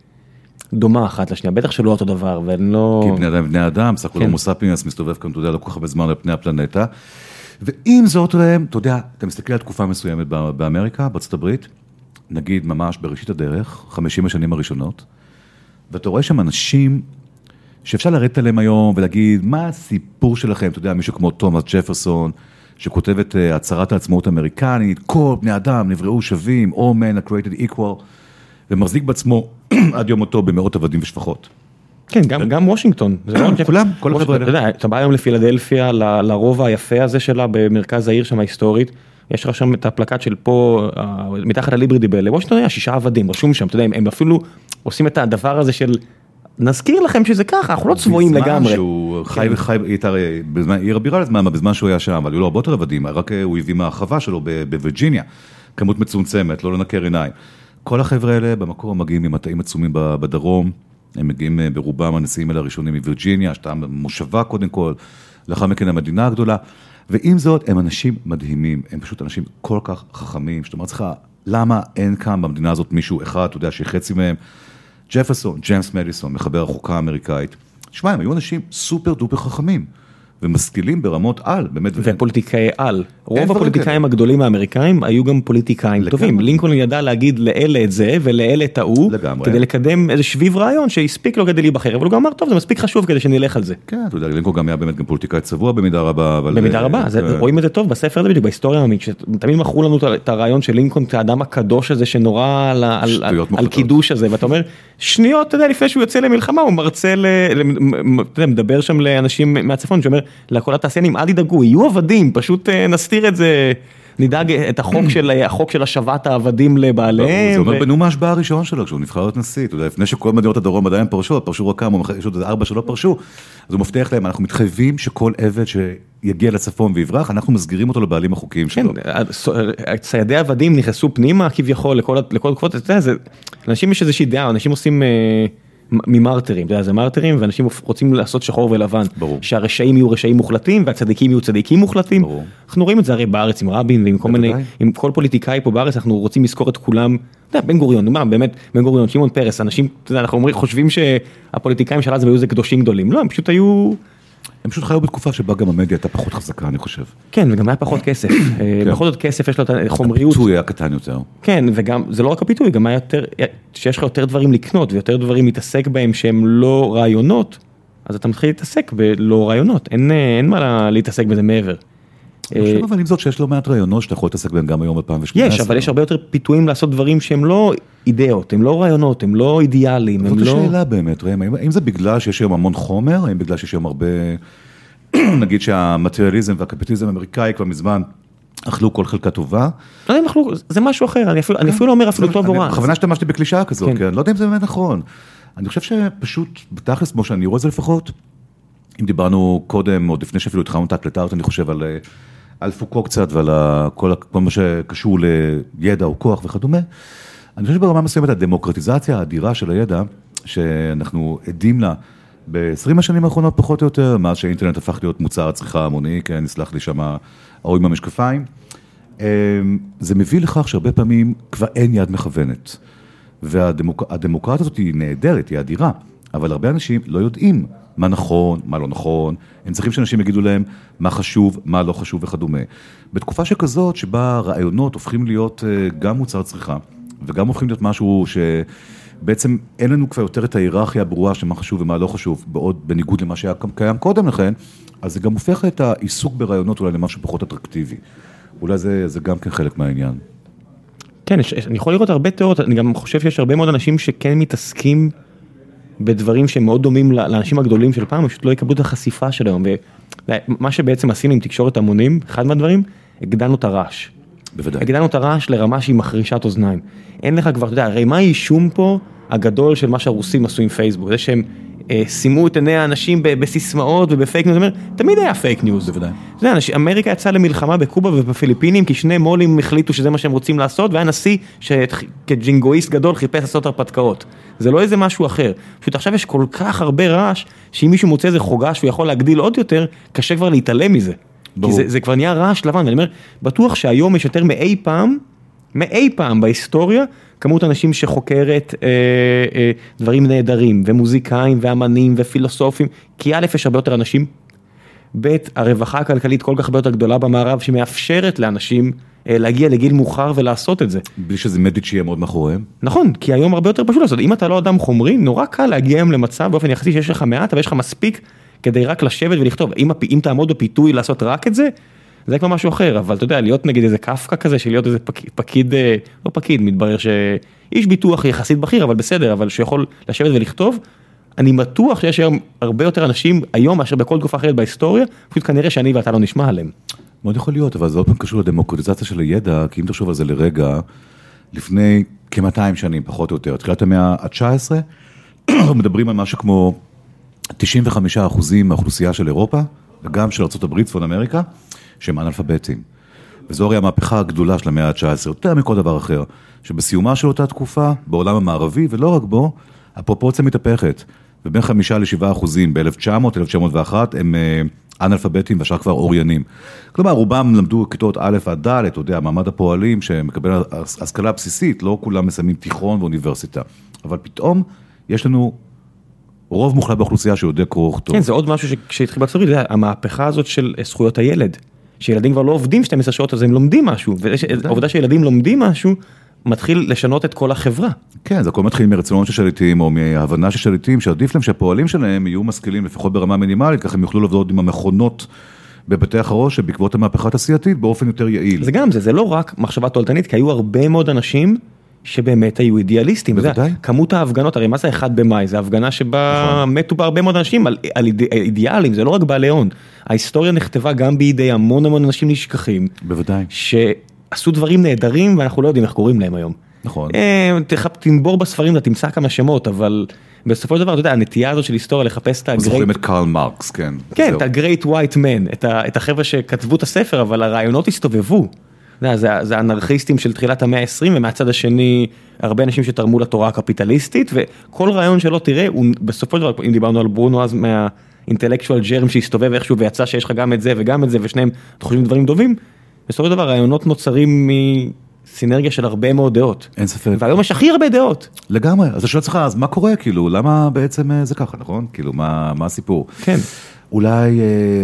דומה אחת לשנייה, בטח שלא אותו דבר, ולא... כי בני אדם, סך הכל הומו ספיאנס מסתובב כאן, אתה יודע, לא כל כך הרבה זמן על פני הפלנטה, ואם זאת רם, אתה יודע, אתה מסתכל על תקופה מסוימת באמריקה, בארצות הברית, נגיד ממש בראשית הדרך, 50 השנים הראשונות, ואתה רואה שם אנשים שאפשר לרדת עליהם היום ולהגיד, מה הסיפור שלכם, אתה יודע, מישהו כמו תומאס ג'פרסון, שכותב את הצהרת העצמאות האמריקנית, כל בני אדם נבראו שווים, all men are created equal, ומחזיק בעצמו עד יום אותו במאות עבדים ושפחות. כן, גם וושינגטון. כולם, כל החבר'ה. אתה יודע, אתה בא היום לפילדלפיה, לרובע היפה הזה שלה, במרכז העיר שם ההיסטורית, יש לך שם את הפלקט של פה, מתחת הליברי בל, לוושינגטון היה 6 עבדים, רשום שם, אתה יודע, הם אפילו עושים את הדבר הזה של, נזכיר לכם שזה ככה, אנחנו לא צבועים לגמרי. בזמן שהוא חי עיר הבירה לזמן, בזמן שהוא היה שם, אבל היו לו הרבה יותר עבדים, רק הוא הביא מהחווה שלו בווירג'יניה, כמות מצומצמת, לא לנקר עיניים. כל החבר'ה האלה במקור מגיעים ממטעים עצומים בדרום, הם מגיעים ברובם הנשיאים האלה הראשונים מווירג'יניה, שאתה מושבה קודם כל, לאחר מכן המדינה הגדולה, ועם זאת הם אנשים מדהימים, הם פשוט אנשים כל כך חכמים, שאתה אומר לך, למה אין כאן במדינה הזאת מישהו אחד, אתה יודע, שחצי מהם, ג'פרסון, ג'יימס מדיסון, מחבר החוקה האמריקאית, תשמע, הם היו אנשים סופר דופר חכמים, ומשכילים ברמות על, באמת. ופוליטיקאי על. רוב הפוליטיקאים הגדולים האמריקאים היו גם פוליטיקאים טובים. לינקולן ידע להגיד לאלה את זה ולאלה את ההוא, כדי לקדם איזה שביב רעיון שהספיק לו כדי להיבחר, אבל הוא גם אמר, טוב, זה מספיק חשוב כדי שנלך על זה. כן, אתה יודע, לינקולן גם היה באמת גם פוליטיקאי צבוע במידה רבה. במידה רבה, רואים את זה טוב בספר הזה בדיוק, בהיסטוריה העממית, שתמיד מכרו לנו את הרעיון של לינקולן, האדם הקדוש הזה שנורא על קידוש הזה, ואתה אומר, שניות, אתה יודע, לפני שהוא יוצא למלחמה, הוא מרצה, מדבר שם לאנשים מהצפון, שאומר, לכל התעשיינים, אל תדאגו, יהיו עבדים, פשוט נסתיר את זה, נדאג את החוק של השבת העבדים לבעליהם. זה אומר בנאום ההשבעה הראשון שלו, כשהוא נבחר להיות נשיא, אתה יודע, לפני שכל מדינות הדרום עדיין פרשו רק כמה, יש עוד 4 שלא פרשו, אז הוא מבטיח להם, אנחנו מתחייבים שכל עבד שיגיע לצפון ויברח, אנחנו מסגירים אותו לבעלים החוקיים שלו. כן, ציידי עבדים נכנסו פנימה כביכול לכל תקופות, אתה יודע, לאנשים יש איזושהי דעה, אנשים עושים ממרטרים, זה מרטרים, ואנשים רוצים לעשות שחור ולבן, שהרשעים יהיו רשעים מוחלטים, והצדיקים יהיו צדיקים מוחלטים, אנחנו רואים את זה הרי בארץ עם רבין, ועם כל מיני, עם כל פוליטיקאי פה בארץ, אנחנו רוצים לזכור את כולם, אתה יודע, בן גוריון, מה, באמת, בן גוריון, שמעון פרס, אנשים, אתה יודע, אנחנו חושבים שהפוליטיקאים של אז היו זה קדושים גדולים, לא, הם פשוט היו... הם פשוט חיו בתקופה שבה גם המדיה הייתה פחות חזקה, אני חושב. כן, וגם היה פחות כסף. בכל זאת כסף יש לו את החומריות. הפיתוי היה קטן יותר. כן, וגם, זה לא רק הפיתוי, גם היה יותר, שיש לך יותר דברים לקנות, ויותר דברים להתעסק בהם שהם לא רעיונות, אז אתה מתחיל להתעסק בלא רעיונות. אין מה להתעסק בזה מעבר. אני חושב אבל עם זאת שיש לא מעט רעיונות שאתה יכול להתעסק בהם גם היום ב-2018. יש, אבל יש הרבה יותר פיתויים לעשות דברים שהם לא אידאות, הם לא רעיונות, הם לא אידיאליים. זאת השאלה באמת, ראם, האם זה בגלל שיש היום המון חומר, האם בגלל שיש היום הרבה, נגיד שהמטריאליזם והקפיטליזם האמריקאי כבר מזמן אכלו כל חלקה טובה? לא יודע אם אכלו, זה משהו אחר, אני אפילו לא אומר אפילו טוב או רע. בכוונה השתמשתי בקלישאה כזאת, כן, לא יודע אם זה באמת נכון. אני חושב שפשוט, בתכלס, כמו שאני רואה את זה לפחות, אם דיברנו קודם, עוד לפני שאפילו התחלנו את ההקלטה, אני חושב על פוקו קצת ועל כל מה שקשור לידע או כוח וכדומה. אני חושב שברמה מסוימת הדמוקרטיזציה האדירה של הידע, שאנחנו עדים לה ב-20 השנים האחרונות פחות או יותר, מאז שהאינטרנט הפך להיות מוצר צריכה המוני, כן, נסלח לי שמה ההוא עם המשקפיים, זה מביא לכך שהרבה פעמים כבר אין יד מכוונת. והדמוקרטיה הזאת היא נהדרת, היא אדירה, אבל הרבה אנשים לא יודעים מה נכון, מה לא נכון, הם צריכים שאנשים יגידו להם מה חשוב, מה לא חשוב וכדומה. בתקופה שכזאת, שבה רעיונות הופכים להיות גם מוצר צריכה, וגם הופכים להיות משהו שבעצם אין לנו כבר יותר את ההיררכיה הברורה של מה חשוב ומה לא חשוב, בעוד בניגוד למה שהיה קיים קודם לכן, אז זה גם הופך את העיסוק ברעיונות אולי למשהו פחות אטרקטיבי. אולי זה גם כן חלק מהעניין. כן, אני יכול לראות הרבה תיאוריות, אני גם חושב שיש הרבה מאוד אנשים שכן מתעסקים בדברים שהם מאוד דומים לאנשים הגדולים של פעם, פשוט לא יקבלו את החשיפה של היום, ומה שבעצם עשינו עם תקשורת המונים, אחד מהדברים, הגדלנו את הרעש. בוודאי. הגדלנו את הרעש לרמה שהיא מחרישת אוזניים. אין לך כבר, אתה יודע, הרי מה האישום פה הגדול של מה שהרוסים עשו עם פייסבוק? זה שהם שימו את עיני האנשים בסיסמאות ובפייק ניוז, תמיד היה פייק ניוז. בוודאי. זה, אמריקה יצאה למלחמה בקובה ובפיליפינים, כי שני מולים החליטו שזה מה שהם רוצים לעשות, והיה נשיא שכג'ינגואיסט גדול חיפש לעשות הרפתקאות. זה לא איזה משהו אחר. פשוט עכשיו יש כל כך הרבה רעש, שאם מישהו מוצא איזה חוגש והוא יכול להגדיל עוד יותר, קשה כבר להתעלם מזה. ברור. כי זה כבר נהיה רעש לבן. ואני אומר, בטוח שהיום יש יותר מאי פעם בהיסטוריה, כמות אנשים שחוקרת דברים נהדרים, ומוזיקאים, ואמנים, ופילוסופים, כי א' יש הרבה יותר אנשים, ב' הרווחה הכלכלית כל כך הרבה יותר גדולה במערב, שמאפשרת לאנשים להגיע לגיל מאוחר ולעשות את זה. בלי שזה מדית שיהיה מאוד מאחוריהם. נכון, כי היום הרבה יותר פשוט לעשות. אם אתה לא אדם חומרי, נורא קל להגיע היום למצב באופן יחסי שיש לך מעט, אבל יש לך מספיק כדי רק לשבת ולכתוב. אם תעמוד בפיתוי לעשות רק את זה, זה כבר משהו אחר, אבל אתה יודע, להיות נגיד איזה קפקא כזה, של להיות איזה פקיד, לא פקיד, מתברר שאיש ביטוח יחסית בכיר, אבל בסדר, אבל שיכול לשבת ולכתוב, אני בטוח שיש היום הרבה יותר אנשים, היום מאשר בכל תקופה אחרת בהיסטוריה, פשוט כנראה שאני ואתה לא נשמע עליהם. מאוד יכול להיות, אבל זה עוד פעם קשור לדמוקרטיזציה של הידע, כי אם תחשוב על זה לרגע, לפני כ-200 שנים, פחות או יותר, תחילת המאה ה-19, אנחנו מדברים על משהו כמו 95% מהאוכלוסייה של אירופה, וגם של ארצות הברית, צפון אמריקה, שהם אנאלפביתים. וזו הרי המהפכה הגדולה של המאה ה-19, יותר מכל דבר אחר, שבסיומה של אותה תקופה, בעולם המערבי, ולא רק בו, הפרופורציה מתהפכת. ובין 5-7% ב-1900, 1901, הם אנאלפביתים והשאר כבר אוריינים. כלומר, רובם למדו כיתות א' עד ד', אתה יודע, מעמד הפועלים שמקבל השכלה בסיסית, לא כולם מסיימים תיכון ואוניברסיטה. אבל פתאום יש לנו רוב מוחלט באוכלוסייה שיודע קרוא וכתוב. כן, זה עוד משהו שהתחיל בארצות הברית, זה המהפכה הזאת של זכויות הילד. שילדים כבר לא עובדים 12 שעות, אז הם לומדים משהו. והעובדה שילדים לומדים משהו, מתחיל לשנות את כל החברה. כן, זה הכל מתחיל מרצונות של שליטים, או מההבנה של שליטים, שעדיף להם שהפועלים שלהם יהיו משכילים, לפחות ברמה מינימלית, כך הם יוכלו לעבוד עם המכונות בבתי החרוש, שבעקבות המהפכה התעשייתית, באופן יותר יעיל. זה גם זה לא רק מחשבה תועלתנית, כי היו הרבה מאוד אנשים שבאמת היו אידיאליסטים. בוודאי. כמות ההפגנות, הרי מה זה 1 במאי? זה הפגנה שבה מתו בה הרבה מאוד אנשים על אידיאלים, זה לא רק בעלי הון. ההיסטוריה נכתבה גם בידי המון אנשים נשכחים. בוודאי. שעשו דברים נהדרים, ואנחנו לא יודעים איך קוראים להם היום. נכון. תנבור בספרים, אתה תמצא כמה שמות, אבל בסופו של דבר, אתה יודע, הנטייה הזאת של היסטוריה לחפש את זוכרים את קרל מרקס, כן. כן, את ה-Great White Man, את החבר'ה שכתבו את הספר, אבל הרעיונות הסתובבו. זה האנרכיסטים של תחילת המאה ה-20, ומהצד השני, הרבה אנשים שתרמו לתורה הקפיטליסטית, וכל רעיון שלא תראה, בסופו של דבר, אם דיברנו על ברונו אז מהאינטלקטואל ג'רם שהסתובב איכשהו, ויצא שיש לך גם את זה וגם את זה, ושניהם חושבים דברים טובים, בסופו של דבר, רעיונות נוצרים מסינרגיה של הרבה מאוד דעות. אין ספק. והיום יש הכי הרבה דעות. לגמרי, אז השאלה צריכה, אז מה קורה, כאילו, למה בעצם זה ככה, נכון? כאילו, מה הסיפור? כן. אולי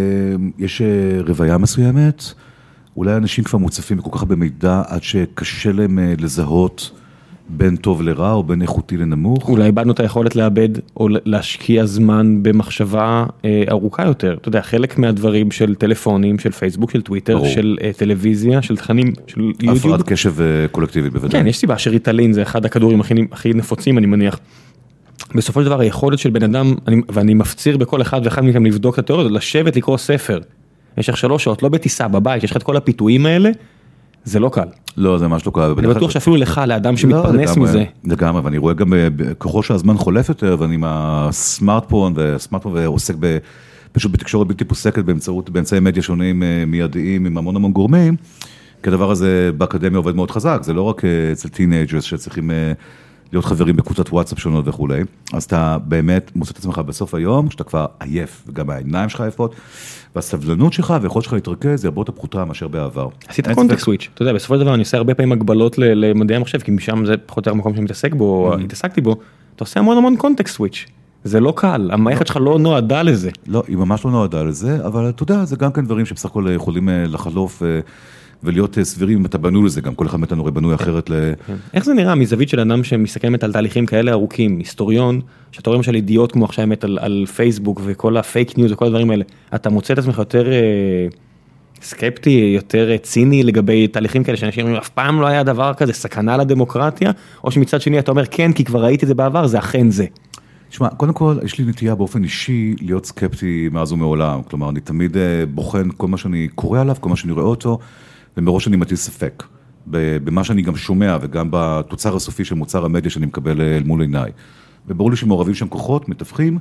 יש רוויה מסוימת, אולי אנשים כבר מוצפים כל כך במידע, עד שקשה להם לזהות בין טוב לרע, או בין איכותי לנמוך. אולי איבדנו את היכולת לאבד, או להשקיע זמן במחשבה ארוכה יותר. אתה יודע, חלק מהדברים של טלפונים, של פייסבוק, של טוויטר, ברור. של טלוויזיה, של תכנים, של יוטיוב. הפרעת קשב קולקטיבית, בוודאי. כן, יש סיבה שריטלין זה אחד הכדורים הכי נפוצים, אני מניח. בסופו של דבר, היכולת של בן אדם, ואני מפציר בכל אחד ואחד מכם לבדוק את התיאוריה, לשבת לקרוא ספר. במשך 3 שעות, לא בטיסה בבית, יש לך את כל הפיתויים האלה, זה לא קל. לא, זה ממש לא קל. אני בטוח שאפילו לך, לאדם שמתפרנס מזה. לגמרי, ואני רואה גם ככל שהזמן חולף יותר, ואני עם הסמארטפון ועוסק פשוט בתקשורת בלתי פוסקת באמצעי מדיה שונים מיידיים עם המון גורמים, כי הדבר הזה באקדמיה עובד מאוד חזק, זה לא רק אצל טינג'רס שצריכים להיות חברים בקבוצת וואטסאפ שונות וכולי, אז אתה באמת מוצא את עצמך בסוף היום, שאתה כבר עייף, וגם העיניים שלך עייפות, והסבלנות שלך ויכולת שלך להתרכז, זה הרבה יותר פחותה מאשר בעבר. עשית קונטקסט סוויץ', אתה יודע, בסופו של דבר אני עושה הרבה פעמים הגבלות למדעי המחשב, כי משם זה פחות או יותר מקום שאני מתעסק בו, או התעסקתי בו, אתה עושה המון קונטקסט סוויץ'. זה לא קל, המערכת שלך לא נועדה לזה. לא, היא ממש לא נועדה לזה, אבל אתה יודע, זה גם כן דברים שבסך הכל יכולים לחלוף ולהיות סבירים, אם אתה בנו לזה, גם כל אחד מאיתנו בנוי אחרת איך זה נראה מזווית של אדם שמסתכלת על תהליכים כאלה ארוכים, היסטוריון, שאתה רואה למשל ידיעות כמו עכשיו האמת על פייסבוק וכל הפייק ניוז וכל הדברים האלה, אתה מוצא את עצמך יותר סקפטי, יותר ציני לגבי תהליכים כאלה, שאנשים אומרים, אף פעם לא היה דבר כזה, סכנה לדמוקרטיה, או שמצד שני אתה אומר, כן, כי כבר ראיתי את זה בעבר, זה אכן זה. תשמע, קודם כל, יש לי נטייה באופן אישי להיות סקפטי מאז ומעולם, כלומר, אני תמיד בוחן כל מה שאני קורא עליו, כל מה שאני רואה אותו, ומראש אני מטיל ספק, במה שאני גם שומע, וגם בתוצר הסופי של מוצר המדיה שאני מקבל אל מול עיניי. וברור לי שמעורבים שם כוחות, מתווכים,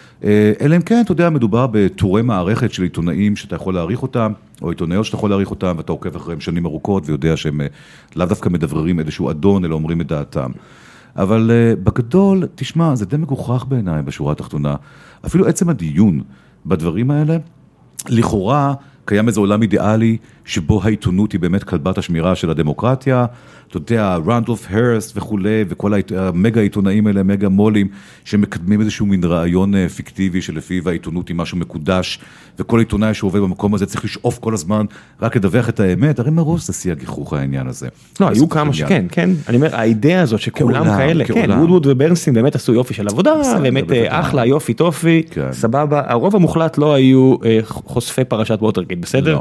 אלא אם כן, אתה יודע, מדובר בתורי מערכת של עיתונאים שאתה יכול להעריך אותם, או עיתונאיות שאתה יכול להעריך אותם, ואתה עוקב אחריהם שנים ארוכות, ויודע שהם לאו דווקא מדבררים איזשהו אדון, אלא אומרים את דעתם. אבל בגדול, תשמע, זה די מגוחך בעיניי בשורה התחתונה. אפילו עצם הדיון בדברים האלה, לכאורה קיים איזה עולם אידיאלי, שבו העיתונות היא באמת כלבת השמירה של הדמוקרטיה, אתה יודע, רנדולף הרסט וכולי, וכל המגה עיתונאים האלה, מגה מולים, שמקדמים איזשהו מין רעיון פיקטיבי, שלפיו העיתונות היא משהו מקודש, וכל עיתונאי שעובד במקום הזה צריך לשאוף כל הזמן, רק לדווח את האמת, הרי מראש זה שיא הגיחוך העניין הזה. לא, היו כמה שכן, כן, אני אומר, האידאה הזאת שכולם כאלה, כן, וודווד וברנסטין באמת עשו יופי של עבודה, באמת אחלה, יופי, טופי, סבבה, הרוב המוחלט לא היו חושפי פרשת ווטרגייט, בסדר?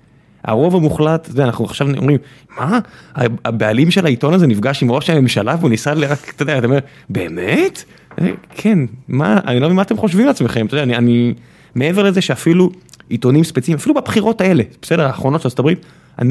הרוב המוחלט, אנחנו עכשיו אומרים, מה? הבעלים של העיתון הזה נפגש עם ראש הממשלה, והוא ניסה רק, אתה יודע, אתה אומר, באמת? כן, מה, אני לא מבין מה אתם חושבים לעצמכם, אתה יודע, אני מעבר לזה שאפילו עיתונים ספציפיים, אפילו בבחירות האלה, בסדר, האחרונות של ארצות הברית,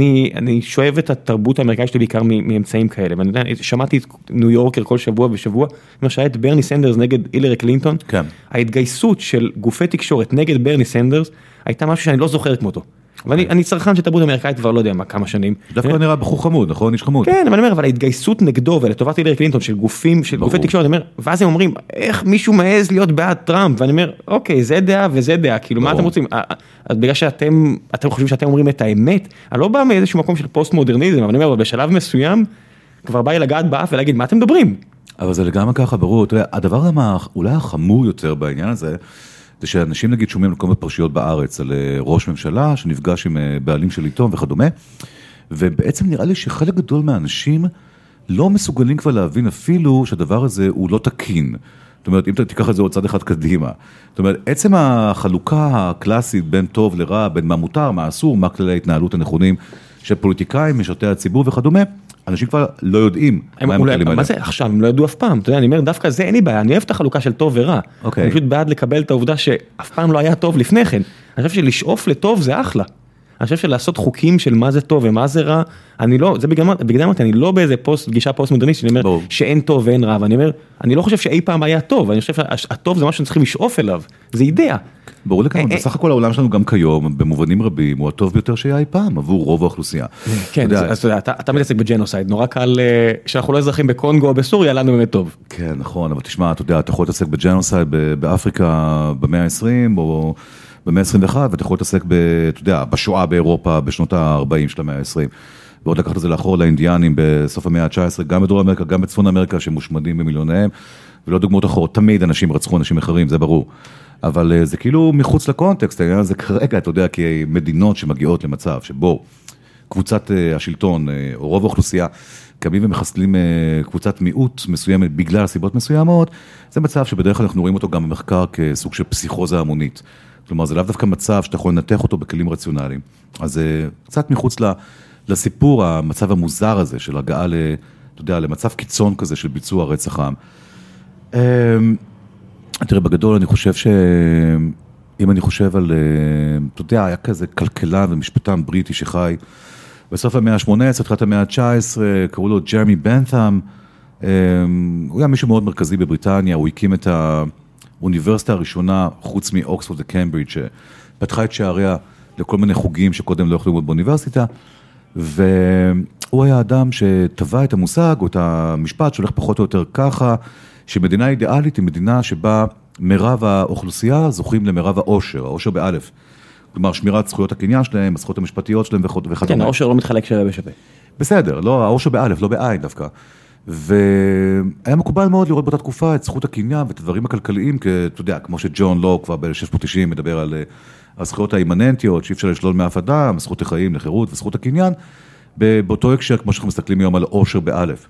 אני שואב את התרבות האמריקאית שלי בעיקר מאמצעים כאלה, ואני יודע, שמעתי את ניו יורקר כל שבוע ושבוע, אומר שהיה את ברני סנדרס נגד הילרי קלינטון, ההתגייסות של גופי תקשורת נגד ברני סנדרס, הייתה משהו שאני לא זוכר כמותו. ואני צרכן של תרבות אמריקאית כבר לא יודע מה, כמה שנים. דווקא נראה בחור חמוד, נכון? איש חמוד. כן, אבל אני אומר, אבל ההתגייסות נגדו ולטובת הילרי קלינטון של גופים, של גופי תקשורת, אני אומר, ואז הם אומרים, איך מישהו מעז להיות בעד טראמפ? ואני אומר, אוקיי, זה דעה וזה דעה, כאילו מה אתם רוצים? אז בגלל שאתם חושבים שאתם אומרים את האמת, אני לא בא מאיזשהו מקום של פוסט מודרניזם, אבל אני אומר, בשלב מסוים, כבר בא לי לגעת באף ולהגיד, מה אתם מדברים? אבל זה לגמרי ככה, ברור. הדבר אולי החמור יותר בעניין הזה, זה שאנשים נגיד שומעים לכל מיני פרשיות בארץ על ראש ממשלה שנפגש עם בעלים של עיתון וכדומה, ובעצם נראה לי שחלק גדול מהאנשים לא מסוגלים כבר להבין אפילו שהדבר הזה הוא לא תקין. זאת אומרת, אם אתה תיקח את זה עוד צד אחד קדימה. זאת אומרת, עצם החלוקה הקלאסית בין טוב לרע, בין מה מותר, מה אסור, מה כללי ההתנהלות הנכונים של פוליטיקאים, משרתי הציבור וכדומה, אנשים כבר לא יודעים מה הם כלים האלה. מה זה עכשיו? הם לא ידעו אף פעם. אתה יודע, אני אומר, דווקא זה אין לי בעיה, אני אוהב את החלוקה של טוב ורע. אני פשוט בעד לקבל את העובדה שאף פעם לא היה טוב לפני כן. אני חושב שלשאוף לטוב זה אחלה. אני חושב שלעשות חוקים של מה זה טוב ומה זה רע, אני לא, זה בגלל אמרתי, אני לא באיזה גישה פוסט מודרניסט, אני אומר שאין טוב ואין רע, ואני אומר, אני לא חושב שאי פעם היה טוב, אני חושב שהטוב זה משהו שצריכים לשאוף אליו, זה אידאה. ברור לכמה, בסך הכל העולם שלנו גם כיום, במובנים רבים, הוא הטוב ביותר שהיה אי פעם, עבור רוב האוכלוסייה. כן, אז אתה מתעסק בג'נוסייד, נורא קל, שאנחנו לא אזרחים בקונגו או בסוריה, לנו באמת טוב. כן, נכון, אבל תשמע, אתה יודע, אתה יכול להתעסק בג'נוסייד באפריקה במאה ה-20, או במאה ה-21, ואתה יכול להתעסק אתה יודע, בשואה באירופה, בשנות ה-40 של המאה ה-20, ועוד לקחת את זה לאחור לאינדיאנים בסוף המאה ה-19, גם בדרום אמריקה, גם בצפון אמריקה, שמושמדים במיליוניהם, ולא דוגמאות אחרות, תמיד אנשים רצחו אנשים אחרים, זה ברור. אבל זה כאילו מחוץ לקונטקסט, העניין הזה כרגע, אתה יודע, כי מדינות שמגיעות למצב שבו קבוצת השלטון, או רוב האוכלוסייה, קמים ומחסלים קבוצת מיעוט מסוימת בגלל סיבות מסוימות, זה מצב שבדרך כלל אנחנו רואים אותו גם במחקר כסוג של פסיכוזה המונית. כלומר, זה לאו דווקא מצב שאתה יכול לנתח אותו בכלים רציונליים. אז זה קצת מחוץ לסיפור, המצב המוזר הזה של הגעה אתה יודע, למצב קיצון כזה של ביצוע רצח עם. תראה, בגדול אני חושב אם אני חושב על, אתה יודע, היה כזה כלכלן ומשפטן בריטי שחי בסוף המאה ה-18, תחילת המאה ה-19, קראו לו ג'רמי בנת'ם, הוא היה מישהו מאוד מרכזי בבריטניה, הוא הקים את האוניברסיטה הראשונה, חוץ מאוקספורד וקמברידג', שפתחה את שעריה לכל מיני חוגים שקודם לא יכלו ללמוד באוניברסיטה, והוא היה אדם שטבע את המושג, או את המשפט שהולך פחות או יותר ככה, שמדינה אידיאלית היא מדינה שבה מרב האוכלוסייה זוכים למרב העושר, העושר באלף. כלומר, שמירת זכויות הקניין שלהם, הזכויות המשפטיות שלהם וכדומה. כן, העושר לא מתחלק שווה בשווה. בסדר, לא, העושר באלף, לא בעין דווקא. והיה מקובל מאוד לראות באותה תקופה את זכות הקניין ואת הדברים הכלכליים, אתה יודע, כמו שג'ון לוק כבר ב-1690 מדבר על הזכויות האימננטיות, שאי אפשר לשלול מאף אדם, הזכות לחיים, לחירות וזכות הקניין, באותו הקשר, כמו שאנחנו מסתכלים היום על עושר באלף.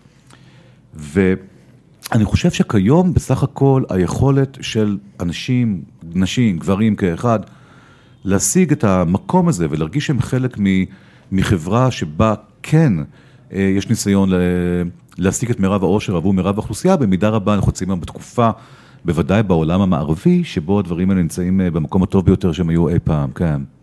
ואני חושב שכיום, בסך הכל, היכולת של אנשים, נשים, גברים כאחד, להשיג את המקום הזה ולהרגיש שהם חלק מחברה שבה כן יש ניסיון להשיג את מרב העושר עבור מרב האוכלוסייה, במידה רבה אנחנו יוצאים בתקופה, בוודאי בעולם המערבי, שבו הדברים האלה נמצאים במקום הטוב ביותר שהם היו אי פעם, כן.